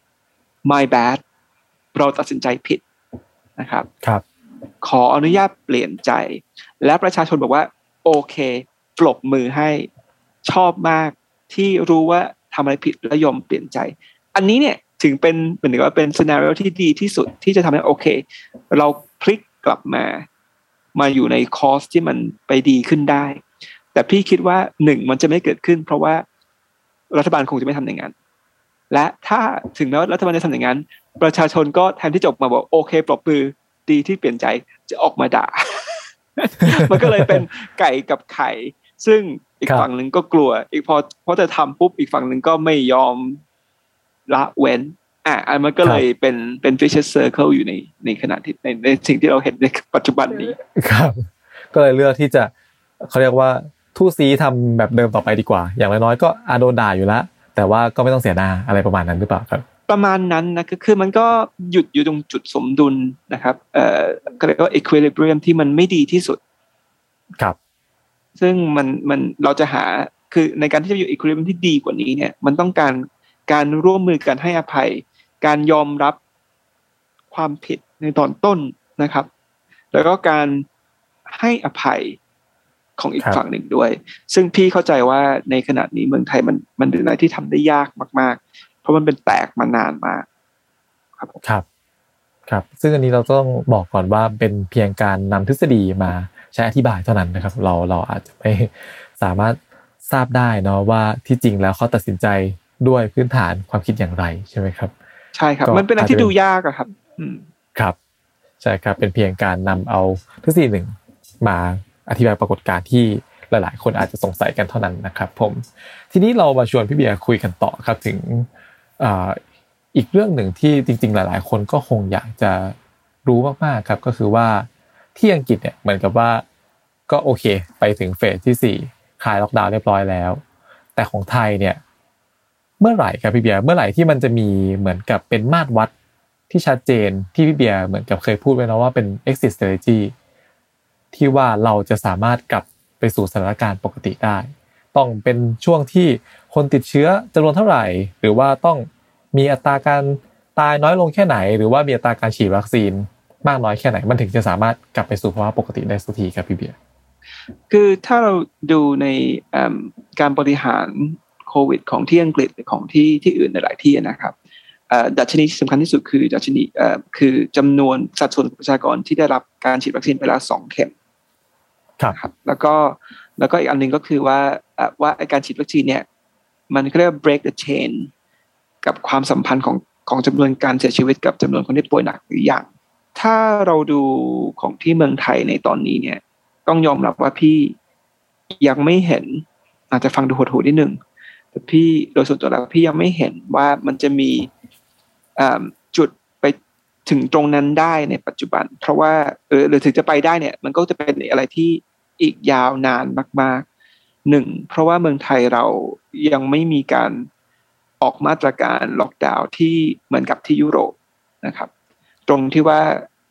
my bad เราตัดสินใจผิดนะครับครับขออนุญาตเปลี่ยนใจและประชาชนบอกว่าโอเคปรบมือให้ชอบมากที่รู้ว่าทำอะไรผิดและยอมเปลี่ยนใจอันนี้เนี่ยถึงเป็นเหมือนกับว่าเป็นซีนาริโอที่ดีที่สุดที่จะทำให้โอเคเราพลิกกลับมามาอยู่ในคอร์สที่มันไปดีขึ้นได้แต่พี่คิดว่าหนึ่งมันจะไม่เกิดขึ้นเพราะว่ารัฐบาลคงจะไม่ทำอย่างนั้นและถ้าถึงแม้ว่ารัฐบาลจะทำอย่างนั้นประชาชนก็แทนที่จะออกมาบอกโอเคปรบมือดีที่เปลี่ยนใจจะออกมาด่า มันก็เลยเป็นไก่กับไข่ซึ่งอีกฝั่งหนึ่งก็กลัวอีกพอพอจะทำปุ๊บอีกฝั่งหนึ่งก็ไม่ยอมละเว้นอ่ะอันมันก็เลยเป็นเป็น vicious circle อยู่ในในขณะที่ในในสิ่งที่เราเห็นในปัจจุบันนี้ครับก็เลยเลือกที่จะเขาเรียกว่าทู่ซีทำแบบเดิมต่อไปดีกว่าอย่างน้อยๆก็อาโดนด่าอยู่แล้วแต่ว่าก็ไม่ต้องเสียหน้าอะไรประมาณนั้นหรือเปล่าครับประมาณนั้นนะคือคือมันก็หยุดอยู่ตรงจุดสมดุลนะครับเอ่อก็เรียกว่า equilibrium ที่มันไม่ดีที่สุดครับซึ่งมันมันเราจะหาคือในการที่จะอยู่ equilibrium ที่ดีกว่านี้เนี่ยมันต้องการการร่วมมือกันให้อภัยการยอมรับความผิดในตอนต้นนะครับแล้วก็การให้อภัยของอีกฝั่งหนึ่งด้วยซึ่งพี่เข้าใจว่าในขณะนี้เมืองไทยมันมันเป็นอะไรที่ทำได้ยากมากๆเพราะมันเป็นแตกมานานมากครับครับครับซึ่งอันนี้เราต้องบอกก่อนว่าเป็นเพียงการนำทฤษฎีมาใช้อธิบายเท่านั้นนะครับเราเราอาจจะไม่สามารถทราบได้เนาะว่าที่จริงแล้วเขาตัดสินใจด้วยพื้นฐานความคิดอย่างไรใช่ไหมครับใช่ครับมันเป็นอะไรที่ดูยากอะครับอืมครับใช่ครับเป็นเพียงการนำเอาทฤษฎีหนึ่งมาอธิบายปรากฏการณ์ที่หลายๆคนอาจจะสงสัยกันเท่านั้นนะครับผมทีนี้เรามาชวนพี่เบียร์คุยกันต่อครับถึงอ่าอีกเรื่องหนึ่งที่จริงๆหลายๆคนก็คงอยากจะรู้มากๆครับก็คือว่าที่อังกฤษเนี่ยเหมือนกับว่าก็โอเคไปถึงเฟสที่สี่คลายล็อกดาวน์เรียบร้อยแล้วแต่ของไทยเนี่ยเมื่อไหร่ครับพี่เบียร์เมื่อไหร่ที่มันจะมีเหมือนกับเป็นมาตรวัดที่ชัดเจนที่พี่เบียร์เหมือนกับเคยพูดไว้นะว่าเป็น exit strategy ที่ว่าเราจะสามารถกลับไปสู่สถานการณ์ปกติได้ต้องเป็นช่วงที่คนติดเชื้อจำนวนเท่าไหร่หรือว่าต้องมีอัตราการตายน้อยลงแค่ไหนหรือว่ามีอัตราการฉีดวัคซีนมากน้อยแค่ไหนมันถึงจะสามารถกลับไปสู่ภาวะปกติได้สักทีครับพี่เบียร์คือถ้าเราดูในการบริหารโควิดของที่อังกฤษหรือของที่ที่อื่นในหลายที่นะครับดัชนีที่สำคัญที่สุดคือดัชนีคือจำนวนสัดส่วนประชากรที่ได้รับการฉีดวัคซีนไปแล้วสองเข็มครับแล้วก็แล้วก็อีกอันนึงก็คือว่าว่าการฉีดวัคซีนเนี่ยมันเรียกว่า break the chain กับความสัมพันธ์ของของจำนวนการเสียชีวิตกับจำนวนคนที่ป่วยหนักหรือยังถ้าเราดูของที่เมืองไทยในตอนนี้เนี่ยต้องยอมรับว่าพี่ยังไม่เห็นอาจจะฟังดูโหดๆนิดนึงแต่พี่โดยส่วนตัวแล้วพี่ยังไม่เห็นว่ามันจะมีจุดไปถึงตรงนั้นได้ในปัจจุบันเพราะว่าเออหรือถึงจะไปได้เนี่ยมันก็จะเป็นอะไรที่อีกยาวนานมากๆหนึ่งเพราะว่าเมืองไทยเรายังไม่มีการออกมาตรการล็อกดาวน์ที่เหมือนกับที่ยุโรปนะครับตรงที่ว่า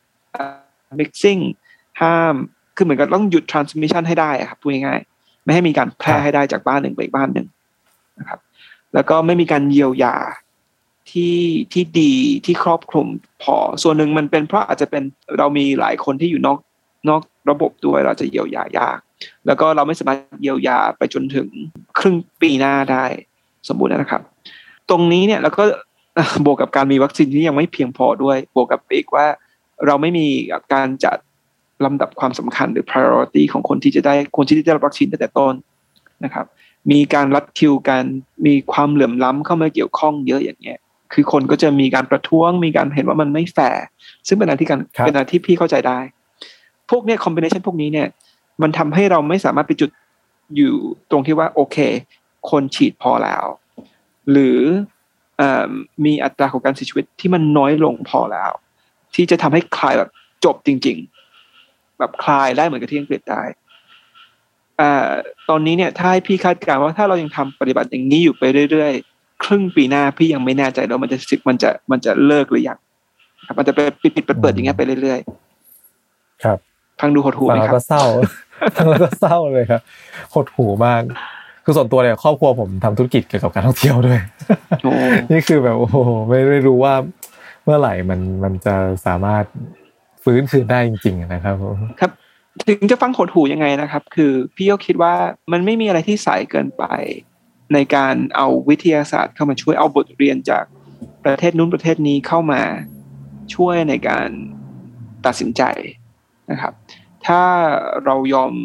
mixing ห้ามคือเหมือนกับต้องหยุด transmission ให้ได้ครับพูดง่ายๆไม่ให้มีการแพร่ให้ได้จากบ้านหนึ่งไปอีกบ้านหนึ่งนะครับแล้วก็ไม่มีการเยียวยาที่ที่ดีที่ครอบคลุมพอส่วนหนึ่งมันเป็นเพราะอาจจะเป็นเรามีหลายคนที่อยู่นอกนอกระบบด้วยเราจะเยียวยายากแล้วก็เราไม่สามารถเยียวยาไปจนถึงครึ่งปีหน้าได้สมบูรณ์นะครับตรงนี้เนี่ยแล้วก็บวกกับการมีวัคซีนที่ยังไม่เพียงพอด้วยบวกกับอีกว่าเราไม่มีการจัดลำดับความสำคัญหรือ priority ของคนที่จะได้คนที่ได้รับวัคซีนตั้งแต่ต้นนะครับมีการรัดคิวกันมีความเหลื่อมล้ำเข้ามาเกี่ยวข้องเยอะอย่างเงี้ยคือคนก็จะมีการประท้วงมีการเห็นว่ามันไม่แฟร์ซึ่งเป็นอะไรที่การเป็นอะไรที่พี่เข้าใจได้พวกเนี้ย combination พวกนี้เนี่ยมันทำให้เราไม่สามารถไปจุดอยู่ตรงที่ว่าโอเคคนฉีดพอแล้วหรือมีอัตราของการเสียชีวิตที่มันน้อยลงพอแล้วที่จะทำให้คลายแบบจบจริงๆแบบคลายได้เหมือนกับที่อังกฤษได้อ่าตอนนี้เนี่ยถ้าให้พี่คาดการณ์ว่าถ้าเรายังทำปฏิบัติอย่างนี้อยู่ไปเรื่อยๆครึ่งปีหน้าพี่ยังไม่แน่ใจว่ามันจะมันจะมันจะเลิกหรือยังครับมันจะไปปิดๆเปิดๆอย่างเงี้ยไปเรื่อยๆครับฟังดูหดหู่ไหมครับฟังแล้วก็เศร้าฟังแล้วก็เศร้าเลยครับหดหู่มากคือส่วนตัวเนี่ยครอบครัวผมทำธุรกิจเกี่ยวกับการท่องเที่ยวด้วย นี่คือแบบโอ้โหไม่ไม่รู้ว่าเมื่อไหร่มันมันจะสามารถฟื้นคืนได้จริงๆนะครับครับถึงจะฟังหดหู่ยังไงนะครับคือพี่ก็คิดว่ามันไม่มีอะไรที่สายเกินไปในการเอาวิทยาศาสตร์เข้ามาช่วยเอาบทเรียนจากประเทศนู้นประเทศนี้เข้ามาช่วยในการตัดสินใจนะครับถ้าเรายอม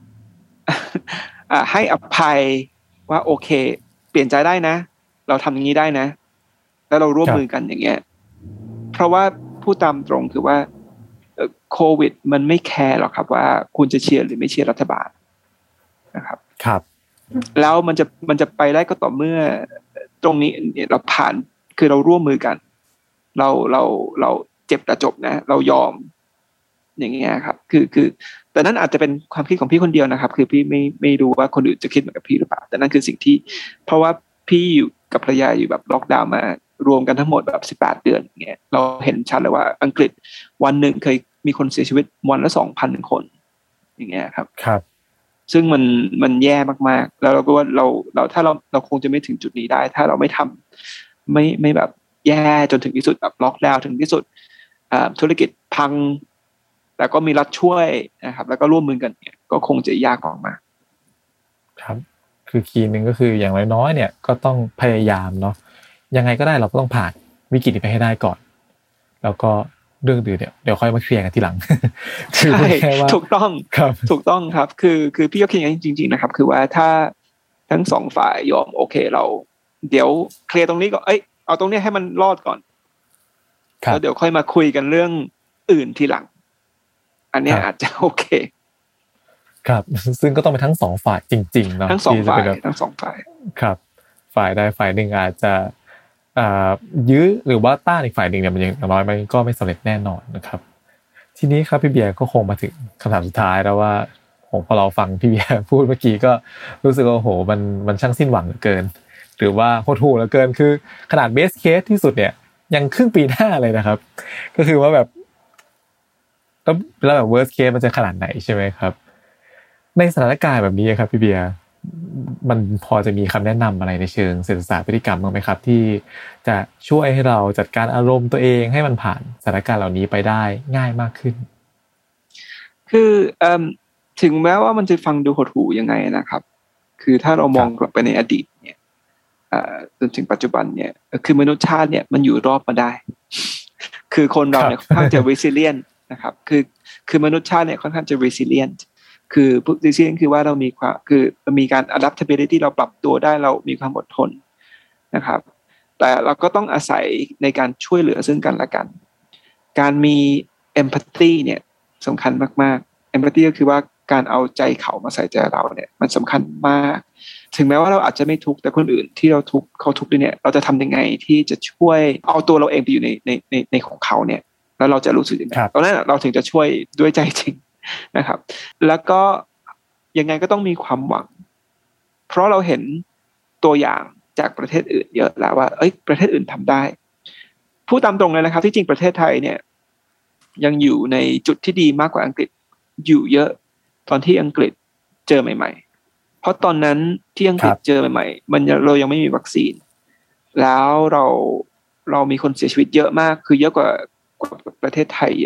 ให้อภัยว่าโอเคเปลี่ยนใจได้นะเราทำอย่างนี้ได้นะแล้วเราร่วมมือกันอย่างเงี้ยเพราะว่าพูดตามตรงคือว่าโควิดมันไม่แคร์หรอกครับว่าคุณจะเชียร์หรือไม่เชียร์รัฐบาลนะครับครับแล้วมันจะมันจะไปได้ก็ต่อเมื่อตรงนี้เราผ่านคือเราร่วมมือกันเราเราเราเจ็บแต่จบนะเรายอมอย่างเงี้ยครับคือคือแต่นั้นอาจจะเป็นความคิดของพี่คนเดียวนะครับคือพี่ไม่ไม่รู้ว่าคนอื่นจะคิดเหมือนกับพี่หรือเปล่าแต่นั่นคือสิ่งที่เพราะว่าพี่อยู่กับภรรยาอยู่แบบล็อกดาวน์มารวมกันทั้งหมดแบบสิบแปดเดือนอย่างเงี้ยเราเห็นชัดเลยว่าอังกฤษวันหนึ่งเคยมีคนเสียชีวิตวันละ สองพัน คนอย่างเงี้ยครับครับซึ่งมันมันแย่มากๆแล้วเราก็ว่าเราเราถ้าเราเราคงจะไม่ถึงจุดนี้ได้ถ้าเราไม่ทำไม่ไม่แบบแย่จนถึงที่สุดแบบล็อกดาวน์ถึงที่สุดธุรกิจพังแต่ก็มีรัฐช่วยนะครับแล้วก็ร่วมมือกันเนี่ยก็คงจะยากออกมาครับคือคีย์นึงก็คืออย่างน้อยๆเนี่ยก็ต้องพยายามเนาะยังไงก็ได้เราก็ต้องผ่านวิกฤตนี้ไปให้ได้ก่อนแล้วก็เรื่องอื่นเดี๋ยวเดี๋ยวค่อยมาเคลียร์กันทีหลังใช่ถูกต้องครับถูกต้องครับคือคือพี่ก็คิดอย่างนี้จริงๆนะครับคือว่าถ้าทั้งสองฝ่ายยอมโอเคเราเดี๋ยวเคลียร์ตรงนี้ก่อนเอ้ยเอาตรงนี้ให้มันรอดก่อนแล้วเดี๋ยวค่อยมาคุยกันเรื่องอื่นทีหลังอันนี้อาจจะโอเคครับซึ่งก็ต้องเป็นทั้งสองฝ่ายจริงๆเนาะทั้งสองฝ่ายทั้งสองฝ่ายครับฝ่ายใดฝ่ายหนึ่งอาจจะอ่ายื้อหรือว่าต้านอีกฝ่ายหนึ่งเนี่ยมันยังน้อยมันก็ไม่สำเร็จแน่นอนนะครับทีนี้ครับพี่เบียร์ก็คงมาถึงคำถามสุดท้ายแล้วว่าผมพอเราฟังพี่เบียร์พูดเมื่อกี้ก็รู้สึกว่าโอ้โหมันมันช่างสิ้นหวังเหลือเกินหรือว่าโหดหู่เหลือเกินคือขนาดเบสเคสที่สุดเนี่ยยังครึ่งปีหน้าเลยนะครับก็คือว่าแบบแล้วแล้วแบบ worst case มันจะขนาดไหนใช่ไหมครับในสถานการณ์แบบนี้ครับพี่เบียร์มันพอจะมีคำแนะนำอะไรในเชิงเศรษฐศาสตร์พฤติกรรมบ้างไหมครับที่จะช่วยให้เราจัดการอารมณ์ตัวเองให้มันผ่านสถานการณ์เหล่านี้ไปได้ง่ายมากขึ้นคือเอ่อถึงแม้ว่ามันจะฟังดูหดหู่ยังไงนะครับคือถ้าเรามองกลับไปในอดีตเนี่ยเอ่อจนถึงปัจจุบันเนี่ยคือมนุษยชาติเนี่ยมันอยู่รอดมาได้คือคนเราเนี่ยค่อนข้างจะ resilient นะครับคือคือมนุษยชาติเนี่ยค่อนข้างจะ resilient คือ resilient คือว่าเรามีความคือมีการ adaptability เราปรับตัวได้เรามีความอดทนนะครับแต่เราก็ต้องอาศัยในการช่วยเหลือซึ่งกันและกันการมี empathy เนี่ยสำคัญมากๆ empathy ก็คือว่าการเอาใจเขามาใส่ใจเราเนี่ยมันสำคัญมากถึงแม้ว่าเราอาจจะไม่ทุกข์แต่คนอื่นที่เราทุกข์เขาทุกข์ด้วยเนี่ยเราจะทำยังไงที่จะช่วยเอาตัวเราเองไปอยู่ในในในในของเขาเนี่ยแล้วเราจะรู้สึกยังไงตอนนั้นเราถึงจะช่วยด้วยใจจริงนะครับแล้วก็ยังไงก็ต้องมีความหวังเพราะเราเห็นตัวอย่างจากประเทศอื่นเยอะแล้วว่าเอ้ยประเทศอื่นทำได้พูดตามตรงเลยนะครับที่จริงประเทศไทยเนี่ยยังอยู่ในจุดที่ดีมากกว่าอังกฤษอยู่เยอะตอนที่อังกฤษเจอใหม่ๆเพราะตอนนั้นที่อังกฤษเจอใหม่ๆมันเรายังไม่มีวัคซีนแล้วเราเรามีคนเสียชีวิตเยอะมากคือเยอะกว่ากว่าประเทศไทยเยอะ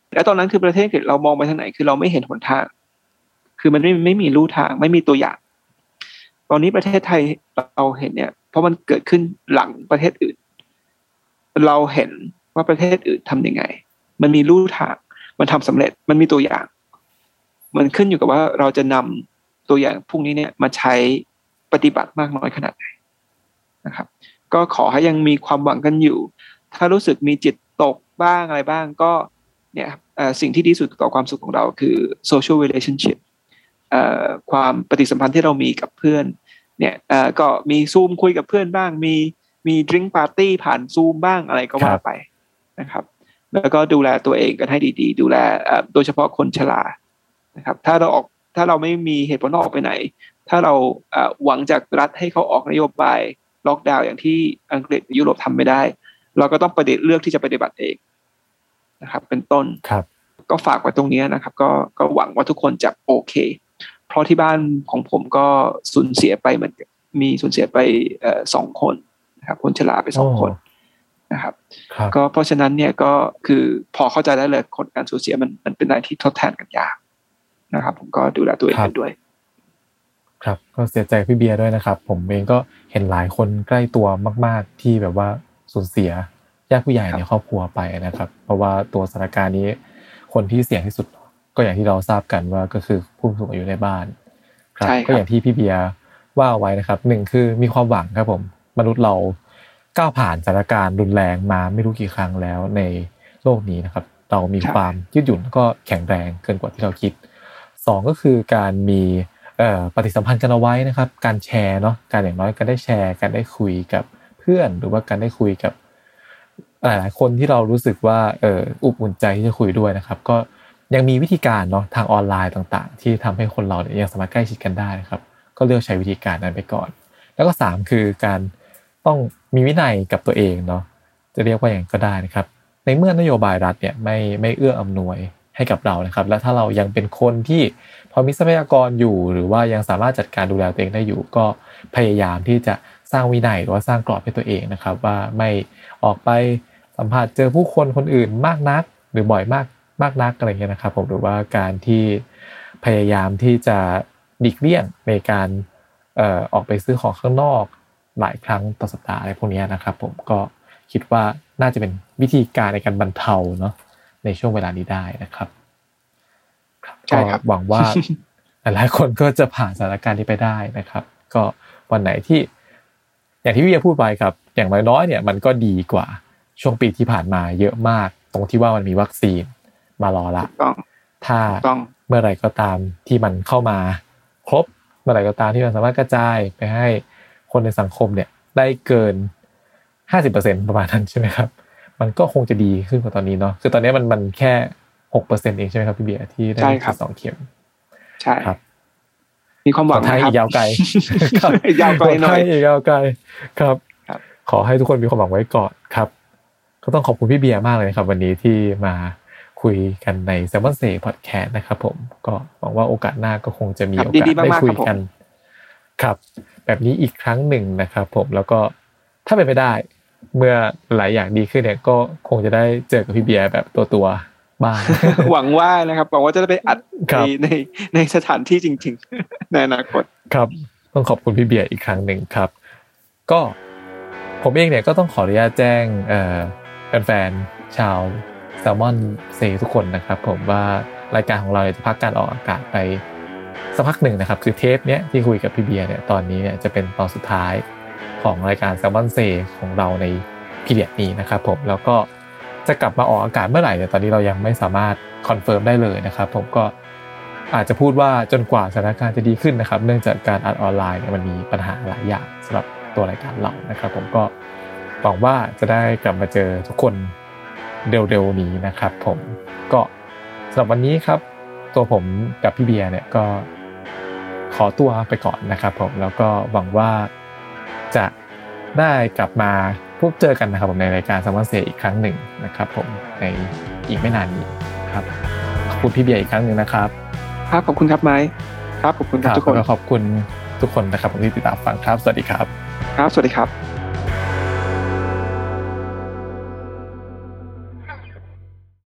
แล้วตอนนั้นคือประเทศอังกฤษเรามองไปทางไหนคือเราไม่เห็นหนทางคือมันไม่ไม่มีลู่ทางไม่มีตัวอย่างตอนนี้ประเทศไทยเราเห็นเนี่ยเพราะมันเกิดขึ้นหลังประเทศอื่นเราเห็นว่าประเทศอื่นทำยังไงมันมีลู่ทางมันทำสำเร็จมันมีตัวอย่างมันขึ้นอยู่กับว่าเราจะนำตัวอย่างพวกนี้เนี่ยมาใช้ปฏิบัติมากน้อยขนาดไหนนะครับก็ขอให้ยังมีความหวังกันอยู่ถ้ารู้สึกมีจิตตกบ้างอะไรบ้างก็เนี่ยสิ่งที่ดีสุดต่อความสุขของเราคือ social relationship ความปฏิสัมพันธ์ที่เรามีกับเพื่อนเนี่ยก็มีซูมคุยกับเพื่อนบ้างมีมีดริงก์ปาร์ตี้ผ่านซูมบ้างอะไรก็ว่าไปนะครับแล้วก็ดูแลตัวเองกันให้ดีๆดูแลโดยเฉพาะคนชรานะครับถ้าเราออกถ้าเราไม่มีเหตุผลออกไปไหนถ้าเราหวังจากรัฐให้เขาออกนโยบายล็อกดาวน์อย่างที่อังกฤษยุโรปทำไม่ได้เราก็ต้องประเด็นเลือกที่จะปฏิบัติเองนะครับเป็นต้นก็ฝากไว้ตรงนี้นะครับก็ก็หวังว่าทุกคนจะโอเคเพราะที่บ้านของผมก็สูญเสียไปเหมือนมีสูญเสียไปเอ่อสองคนนะครับคนชราไปสองคนนะครับก็เพราะฉะนั้นเนี่ยก็คือพอเข้าใจได้เลยคนการสูญเสียมันมันเป็นอะไรที่ทดแทนกันยากนะครับผมก็ดูแลตัวเองกันด้วยครับก็เสียใจพี่เบียร์ด้วยนะครับผมเองก็เห็นหลายคนใกล้ตัวมากๆที่แบบว่าสูญเสียญาติผู้ใหญ่ในครอบครัวไปนะครับเพราะว่าตัวสถานการณ์นี้คนที่เสี่ยงที่สุดก็อย่างที่เราทราบกันว่าก็คือผู้สูงอายุในบ้านครับก็อย่างที่พี่เบียร์ว่าไว้นะครับหนึ่งคือมีความหวังครับผมมนุษย์เราก้าวผ่านสถานการณ์รุนแรงมาไม่รู้กี่ครั้งแล้วในโลกนี้นะครับเรามีความยืดหยุ่นก็แข็งแรงเกินกว่าที่เราคิดสองก็คือการมีเอ่อปฏิสัมพันธ์กันเอาไว้นะครับการแชร์เนาะการอย่างน้อยการได้แชร์การได้คุยกับเพื่อนหรือว่าการได้คุยกับหลายๆคนที่เรารู้สึกว่าเอ่ออบอุ่นใจที่จะคุยด้วยนะครับก็ยังมีวิธีการเนาะทางออนไลน์ต่างๆที่ทำให้คนเราเนี่ยยังสามารถใกล้ชิดกันได้นะครับก็เลือกใช้วิธีการนั้นไปก่อนแล้วก็สามคือการต้องมีวินัยกับตัวเองเนาะจะเรียกว่าอย่างก็ได้นะครับในเมื่อนโยบายรัฐเนี่ยไม่ไม่เอื้ออำนวยให้กับเรานะครับและถ้าเรายังเป็นคนที่พอมีทรัพยากรอยู่หรือว่ายังสามารถจัดการดูแลตัวเองได้อยู่ก็พยายามที่จะสร้างวินัยหรือว่าสร้างกรอบให้ตัวเองนะครับว่าไม่ออกไปสัมผัสเจอผู้คนคนอื่นมากนักหรือบ่อยมากมากนักอะไรเงี้ยนะครับผมหรือว่าการที่พยายามที่จะหลีกเลี่ยงในการเอ่อออกไปซื้อของข้างนอกหลายครั้งต่อสัปดาห์อะไรพวกนี้นะครับผมก็คิดว่าน่าจะเป็นวิธีการในการบรรเทาเนาะในช่วงเวลานี้ได้นะครับใช่ครับหวังว่าหลายคนก็จะผ่านสถานการณ์นี้ไปได้นะครับก็วันไหนที่อย่างที่พี่เบียร์พูดไปครับอย่างน้อยๆเนี่ยมันก็ดีกว่าช่วงปีที่ผ่านมาเยอะมากตรงที่ว่ามันมีวัคซีนมารอละถ้าเมื่อไหร่ก็ตามที่มันเข้ามาครบเมื่อไหร่ก็ตามที่มันสามารถกระจายไปให้คนในสังคมเนี่ยได้เกิน ห้าสิบเปอร์เซ็นต์ ประมาณนั้นใช่ไหมครับมันก็คงจะดีขึ้นกว่าตอนนี้เนาะคือตอนนี้มันมันแค่ หกเปอร์เซ็นต์ เองใช่ไหมครับพี่เบียร์ที่ได้ฉีดสองเข็มใช่ครับมีความหวังนะครับยาวไกลยาวไกลหน่อยยาวไกลครับขอให้ทุกคนมีความหวังไว้ก่อนครับก็ต้องขอบคุณพี่เบียร์มากเลยครับวันนี้ที่มาคุยกันใน Salmon Say Podcast นะครับผมก็หวังว่าโอกาสหน้าก็คงจะมีโอกาสได้คุยกันครับแบบนี้อีกครั้งหนึ่งนะครับผมแล้วก็ถ้าเป็นไปได้เมื่อหลายอย่างดีขึ้นเนี่ยก็คงจะได้เจอกับพี่เบียร์แบบตัวตัวบ้างหวังว่านะครับหวังว่าจะได้ไปอัดในในในสถานที่จริงๆในอนาคตครับต้องขอบคุณพี่เบียร์อีกครั้งหนึ่งครับก็ผมเองเนี่ยก็ต้องขออนุญาตแจ้งเอ่อแฟนๆชาว Salmon Say ทุกคนนะครับผมว่ารายการของเราจะพักการออกอากาศไปสักพักหนึ่งนะครับคือเทปเนี้ยที่คุยกับพี่เบียร์เนี่ยตอนนี้เนี่ยจะเป็นตอนสุดท้ายของรายการ Salmon Say ของเราในพีเรียดนี้นะครับผมแล้วก็จะกลับมาออกอากาศเมื่อไหร่เนี่ยตอนนี้เรายังไม่สามารถคอนเฟิร์มได้เลยนะครับผมก็อาจจะพูดว่าจนกว่าสถานการณ์จะดีขึ้นนะครับเนื่องจากการอัดออนไลน์เนี่ยมันมีปัญหาหลายอย่างสำหรับตัวรายการเรานะครับผมก็หวังว่าจะได้กลับมาเจอทุกคนเร็วๆนี้นะครับผมก็สำหรับวันนี้ครับตัวผมกับพี่เบียร์เนี่ยก็ขอตัวไปก่อนนะครับผมแล้วก็หวังว่าจะได้กลับมาพบเจอกันนะครับผมในรายการ Salmon Say อีกครั้งหนึ่งนะครับผมในอีกไม่นานนี้ครับขอบคุณพี่เบียร์อีกครั้งหนึ่งนะครับครับขอบคุณครับไมค์ครับขอบคุณทุกคนขอบคุณทุกคนนะครับที่ติดตามฟังครับสวัสดีครับครับสวัสดีครับ